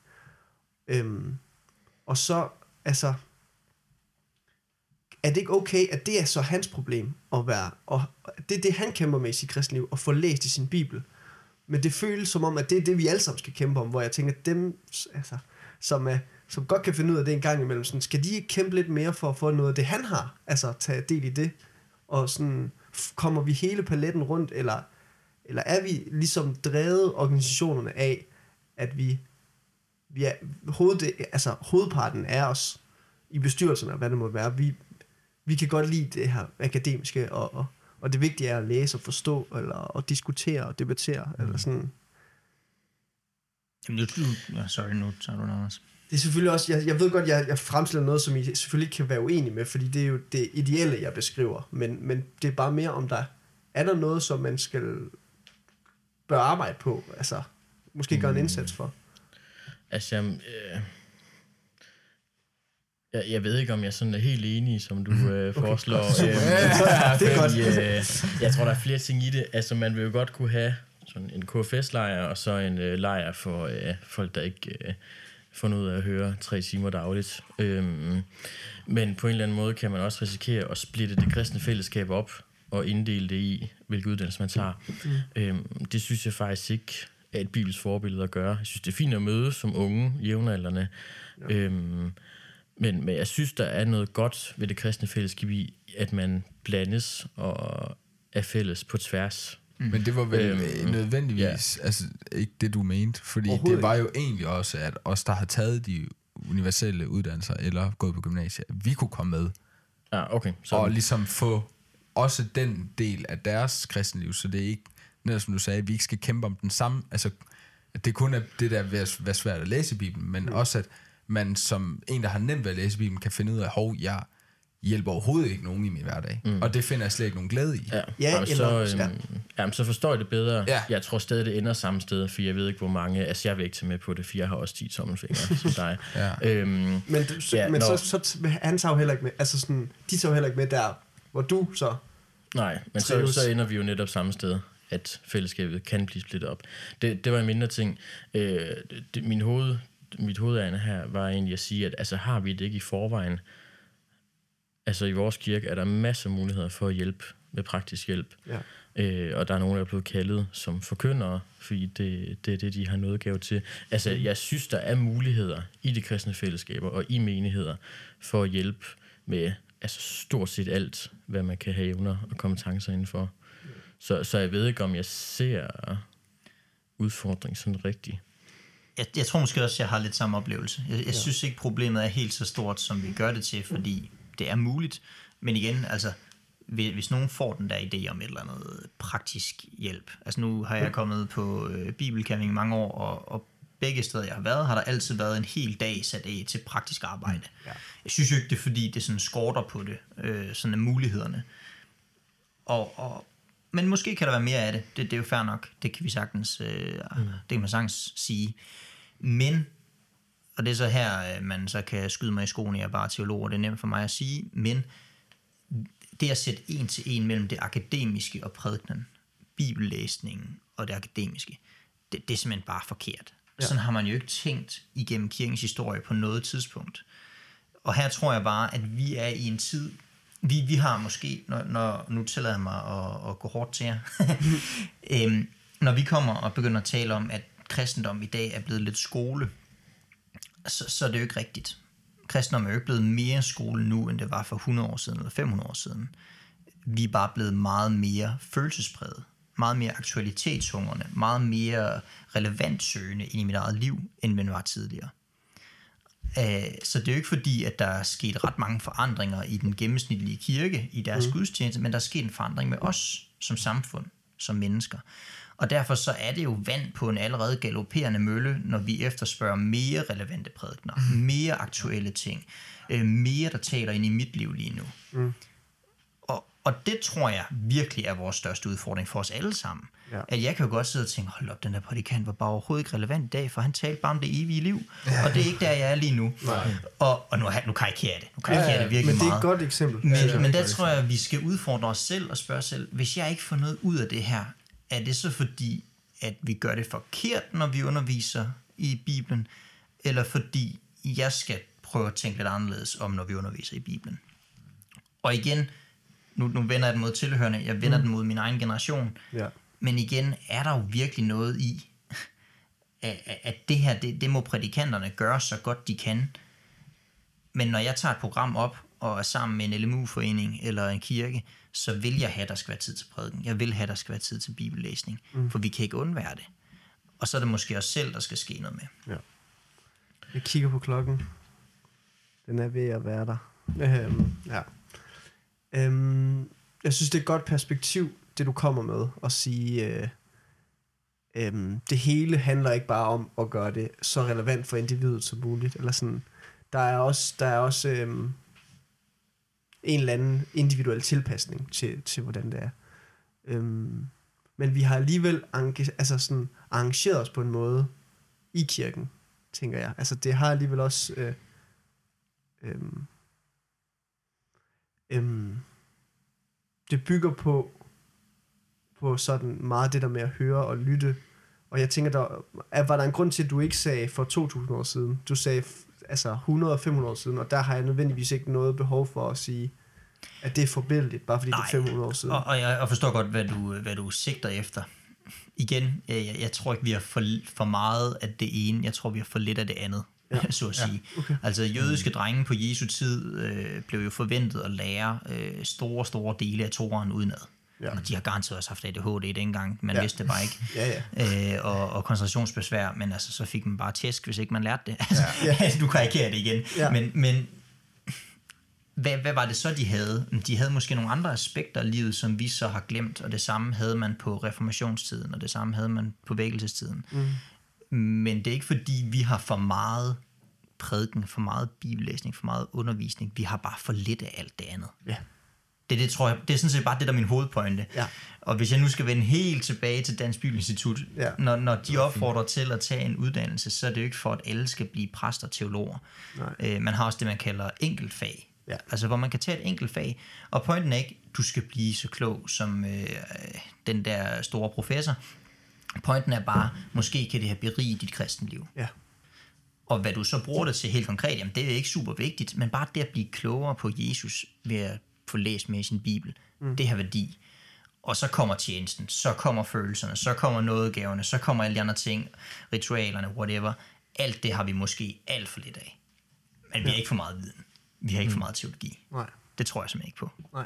Og så, altså... Er det ikke okay, at det er så hans problem at være, og det er det, han kæmper med i sit kristne liv, at få læst i sin bibel. Men det føles som om, at det er det, vi alle sammen skal kæmpe om, hvor jeg tænker, at dem, altså, som godt kan finde ud af det en gang imellem, sådan, skal de ikke kæmpe lidt mere for at få noget af det, han har? Altså, tage del i det, og sådan, kommer vi hele paletten rundt, eller er vi ligesom drevet organisationerne af, at vi er, hovedparten af os i bestyrelserne, hvad det må være, vi kan godt lide det her akademiske, og det vigtige er at læse og forstå, eller at diskutere og debattere, eller sådan. Jamen, nu tager du noget også. Det er selvfølgelig også, jeg ved godt, jeg fremstiller noget, som I selvfølgelig ikke kan være uenige med, fordi det er jo det ideelle, jeg beskriver, men det er bare mere, om der er noget, som man bør arbejde på, altså måske gøre en indsats for. Altså, jeg ved ikke, om jeg sådan er helt enig, som du foreslår. Det er godt. Jeg tror, der er flere ting i det. Altså, man vil jo godt kunne have sådan en KFS-lejr, og så en lejr for folk, der ikke får noget af at høre 3 timer dagligt. Men på en eller anden måde kan man også risikere at splitte det kristne fællesskab op, og inddele det i, hvilke uddannelse man tager. Det synes jeg faktisk ikke er et bibelsk forbillede at gøre. Jeg synes, det er fint at møde som unge, jævnaldrende. Ja. Men jeg synes, der er noget godt ved det kristne fællesskab i, at man blandes og er fælles på tværs. Men det var vel nødvendigvis altså, ikke det, du mente. Fordi det var jo egentlig også, at os, der har taget de universelle uddannelser eller gået på gymnasiet, vi kunne komme med. Ja, okay. Og ligesom få også den del af deres kristenliv, så det er ikke, netop som du sagde, at vi ikke skal kæmpe om den samme. Altså, at det kun er det der ved at være svært at læse i Bibelen, men også at man som en, der har nemt ved at læse Bibelen, kan finde ud af, jeg hjælper overhovedet ikke nogen i min hverdag. Og det finder jeg slet ikke nogen glæde i. Så forstår jeg det bedre. Ja. Jeg tror stadig, det ender samme sted, for jeg ved ikke, hvor mange... Altså, jeg vil ikke tage med på det, for jeg har også 10 tommelfingre som dig. Han tager jo heller ikke med... Altså sådan, de tager jo heller ikke med der, hvor du så... Nej, men så ender vi jo netop samme sted, at fællesskabet kan blive splittet op. Det var en mindre ting. Mit hovedærende her var egentlig at sige, at altså, har vi det ikke i forvejen? Altså i vores kirke er der masser af muligheder for at hjælpe med praktisk hjælp. Ja. Og der er nogen, der er blevet kaldet som forkyndere, fordi det er det, de har noget gave til. Altså jeg synes, der er muligheder i de kristne fællesskaber og i menigheder for at hjælpe med altså, stort set alt, hvad man kan have evner og kompetencer indenfor. Så jeg ved ikke, om jeg ser udfordring sådan rigtigt. Jeg tror måske også, jeg har lidt samme oplevelse. Jeg synes ikke, problemet er helt så stort, som vi gør det til, fordi det er muligt. Men igen, altså, hvis nogen får den der idé om et eller andet praktisk hjælp. Altså nu har jeg kommet på bibelcamping i mange år, og begge steder, jeg har været, har der altid været en hel dag sat af til praktisk arbejde. Ja. Jeg synes jo ikke, det er fordi, det sådan skorter på det, sådan af mulighederne. Men måske kan der være mere af det. Det er jo fair nok. Det kan vi sagtens, det kan man sagtens sige. Men, og det er så her, man så kan skyde mig i skoene, jeg er bare teolog, og det er nemt for mig at sige, men det at sætte en til en mellem det akademiske og prædikenen, bibellæsningen og det akademiske, det er simpelthen bare forkert. Sådan har man jo ikke tænkt igennem kirkens historie på noget tidspunkt. Og her tror jeg bare, at vi er i en tid, vi har måske, når nu tillader jeg mig at gå hårdt til jer, når vi kommer og begynder at tale om, at kristendom i dag er blevet lidt skole, så er det jo ikke rigtigt. Kristendom er jo ikke blevet mere skole nu, end det var for 100 år siden eller 500 år siden. Vi er bare blevet meget mere følelsespræget, meget mere aktualitetshungrende, meget mere relevant søgende ind i mit eget liv, end man var tidligere. Så det er jo ikke fordi, at der er sket ret mange forandringer i den gennemsnitlige kirke, i deres gudstjeneste, men der er sket en forandring med os som samfund, som mennesker. Og derfor så er det jo vand på en allerede galopperende mølle, når vi efterspørger mere relevante prædikener, mere aktuelle ting, mere der taler ind i mit liv lige nu. Og det tror jeg virkelig er vores største udfordring for os alle sammen. Ja. At jeg kan jo godt sidde og tænke, hold op, den der prædikant var bare overhovedet ikke relevant i dag, for han talte bare om det evige liv. Ja. Og det er ikke der, jeg er lige nu. Og nu karikerer jeg det. Nu karikerer det virkelig meget. Men det er et godt eksempel. Men der tror jeg, at vi skal udfordre os selv og spørge os selv, hvis jeg ikke får noget ud af det her, er det så fordi, at vi gør det forkert, når vi underviser i Bibelen, eller fordi jeg skal prøve at tænke lidt anderledes om, når vi underviser i Bibelen? Og igen, nu vender jeg den mod tilhørende, jeg vender den mod min egen generation, men igen er der jo virkelig noget i, at det her, det må prædikanterne gøre så godt de kan. Men når jeg tager et program op, og er sammen med en LMU-forening eller en kirke, så vil jeg have, at der skal være tid til prædiken. Jeg vil have, at der skal være tid til bibellæsning, for vi kan ikke undvære det. Og så er det måske os selv, der skal ske noget med. Ja. Jeg kigger på klokken. Den er ved at være der. Jeg synes, det er et godt perspektiv, det du kommer med, at sige, det hele handler ikke bare om at gøre det så relevant for individet som muligt. Eller sådan. Der er også en eller anden individuel tilpasning til hvordan det er. Men vi har alligevel arrangeret os på en måde i kirken, tænker jeg. Altså det har alligevel også det bygger på sådan meget det der med at høre og lytte. Og jeg tænker, var der en grund til, at du ikke sagde for 2000 år siden? Du sagde 100 og 500 år siden, og der har jeg nødvendigvis ikke noget behov for at sige, at det er forbilledeligt, bare fordi det er 500 år siden. Og jeg forstår godt, hvad du sigter efter. Igen, jeg tror ikke, vi har for meget af det ene. Jeg tror, vi har for lidt af det andet, så at sige. Okay. Altså, jødiske drenge på Jesu tid blev jo forventet at lære store dele af Toraen udenad. Ja. Og de har garanteret også haft ADHD dengang, man vidste det bare ikke. Og koncentrationsbesvær, men altså, så fik man bare tæsk, hvis ikke man lærte det. Altså, du karikerer det igen. Ja. Men hvad var det så, de havde? De havde måske nogle andre aspekter af livet, som vi så har glemt, og det samme havde man på reformationstiden, og det samme havde man på vækkelsestiden. Men det er ikke fordi, vi har for meget prædiken, for meget bibellæsning, for meget undervisning. Vi har bare for lidt af alt det andet. Ja. Det tror jeg, det er sådan set bare det, der er min hovedpointe. Ja. Og hvis jeg nu skal vende helt tilbage til Dansk Bibelinstitut, når de opfordrer til at tage en uddannelse, så er det jo ikke for, at alle skal blive præster og teologer. Man har også det, man kalder enkeltfag. Ja. Altså, hvor man kan tage et enkelt fag. Og pointen er ikke, du skal blive så klog som den der store professor. Pointen er bare, måske kan det her berige dit kristenliv. Ja. Og hvad du så bruger det til helt konkret, jamen det er ikke super vigtigt, men bare det at blive klogere på Jesus ved at få læst med i sin bibel, det har værdi. Og så kommer tjenesten, så kommer følelserne, så kommer nådegaverne, så kommer alle de andre ting, ritualerne, whatever. Alt det har vi måske alt for lidt af. Men vi har ikke for meget viden. Vi har ikke for meget teologi. Nej. Det tror jeg simpelthen ikke på. Nej.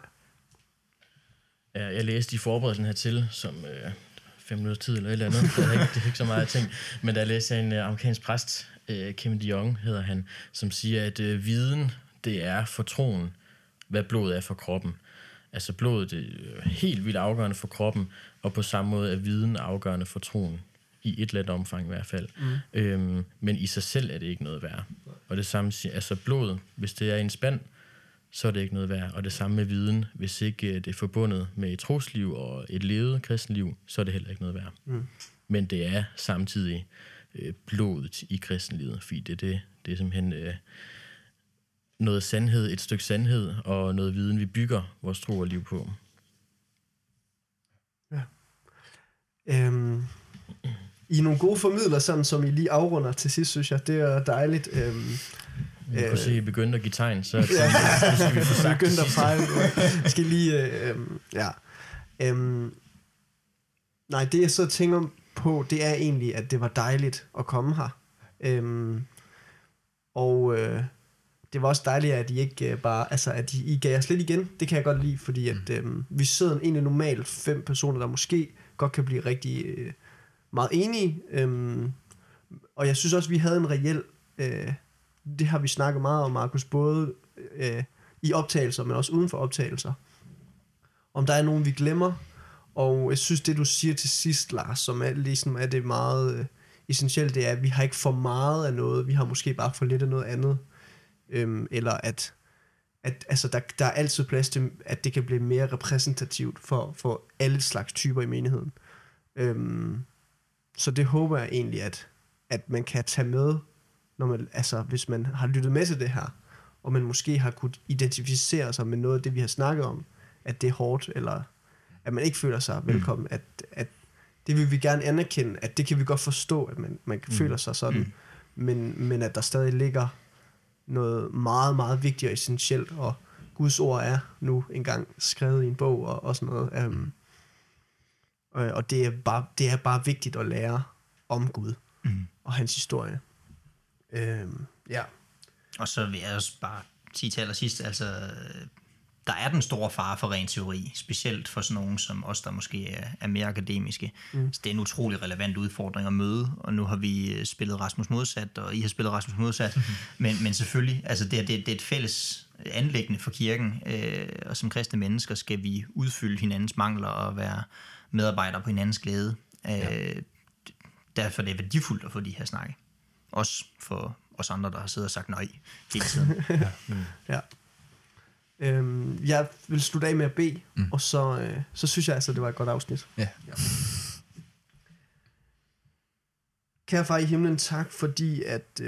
Ja, jeg læste i forberedelsen hertil, som 5 minutter tid eller et eller andet. Det er ikke så meget jeg tænkt. Men der læste jeg en amerikansk præst, Kim de Jong hedder han, som siger, at viden, det er for troen, hvad blodet er for kroppen. Altså blodet er helt vildt afgørende for kroppen, og på samme måde er viden afgørende for troen. I et let omfang i hvert fald. Men i sig selv er det ikke noget værd. Og det samme siger, altså blodet, hvis det er i en spand, så er det ikke noget værd. Og det samme med viden, hvis ikke det er forbundet med et trosliv og et levet kristenliv, så er det heller ikke noget værd. Men det er samtidig blodet i kristenlivet, fordi det er simpelthen noget sandhed, et stykke sandhed, og noget viden, vi bygger vores tro og liv på. Ja. I er nogle gode formidler, sådan som I lige afrunder til sidst, synes jeg. Det er dejligt. Vi kunne se, at I begyndte at give tegn, så Ja. skal vi få sagt begyndte det at sidste. fejle. Skal lige... ja. Nej, det jeg så tænker på, det er egentlig, at det var dejligt at komme her. Det var også dejligt, at I ikke bare... Altså, at I gav os lidt igen. Det kan jeg godt lide, fordi at, vi sidder egentlig normalt 5 personer, der måske godt kan blive rigtig meget enige. Og jeg synes også, vi havde en reel... det har vi snakket meget om, Markus, både i optagelser, men også uden for optagelser. Om der er nogen, vi glemmer. Og jeg synes, det du siger til sidst, Lars, som er, ligesom er det meget essentielt, det er, at vi har ikke for meget af noget. Vi har måske bare for lidt af noget andet. Eller at altså, der er altid plads til, at det kan blive mere repræsentativt for alle slags typer i menigheden. Så det håber jeg egentlig, at man kan tage med, når man, altså, hvis man har lyttet med til det her, og man måske har kunnet identificere sig med noget af det, vi har snakket om, at det er hårdt, eller at man ikke føler sig velkommen, at det vil vi gerne anerkende, at det kan vi godt forstå, at man føler sig sådan, men at der stadig ligger noget meget, meget vigtigt og essentielt, og Guds ord er nu engang skrevet i en bog og sådan noget. Og det er bare vigtigt at lære om Gud og hans historie. Ja. Og så vil jeg også bare sige til allersidst, altså, der er den store fare for ren teori, specielt for sådan nogen som os, der måske er mere akademiske. Så det er en utrolig relevant udfordring at møde, og nu har vi spillet Rasmus Modsat, og I har spillet Rasmus Modsat, men selvfølgelig, altså det er et fælles anliggende for kirken, og som kristne mennesker skal vi udfylde hinandens mangler og være medarbejdere på hinandens glæde. Derfor er det værdifuldt at få de her snakke. Også for os andre, der har siddet og sagt nej hele tiden. Ja. Jeg vil slutte af med at bede, og så synes jeg altså, det var et godt afsnit. Ja. Kære far i himlen, tak fordi at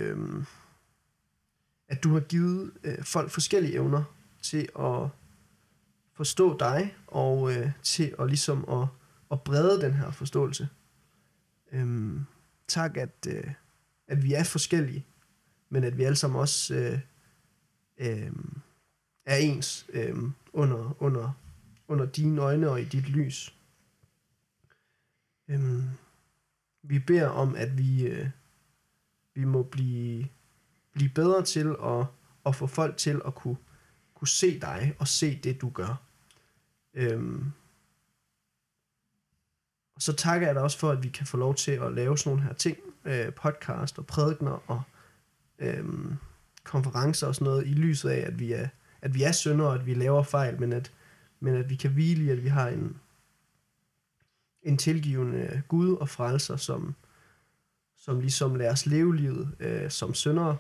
du har givet folk forskellige evner til at forstå dig, og til at ligesom at brede den her forståelse. Tak at vi er forskellige, men at vi alle sammen også er ens under dine øjne og i dit lys. Vi beder om, at vi må blive bedre til at få folk til at kunne se dig og se det, du gør. Og så takker jeg dig også for, at vi kan få lov til at lave sådan nogle her ting, podcast og prædikener og konferencer og sådan noget, i lyset af, at vi er syndere, og at vi laver fejl, men at vi kan hvile i, at vi har en tilgivende Gud og frelser, som ligesom lader os leve livet som syndere,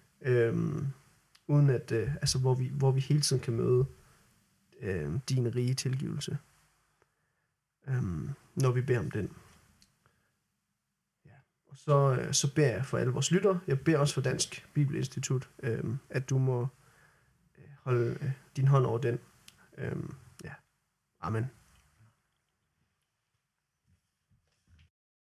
uden at, altså hvor vi hele tiden kan møde din rige tilgivelse, når vi beder om den. Og så beder jeg for alle vores lyttere. Jeg beder også for Dansk Bibelinstitut, at du må holde din hånd over den. Ja. Amen.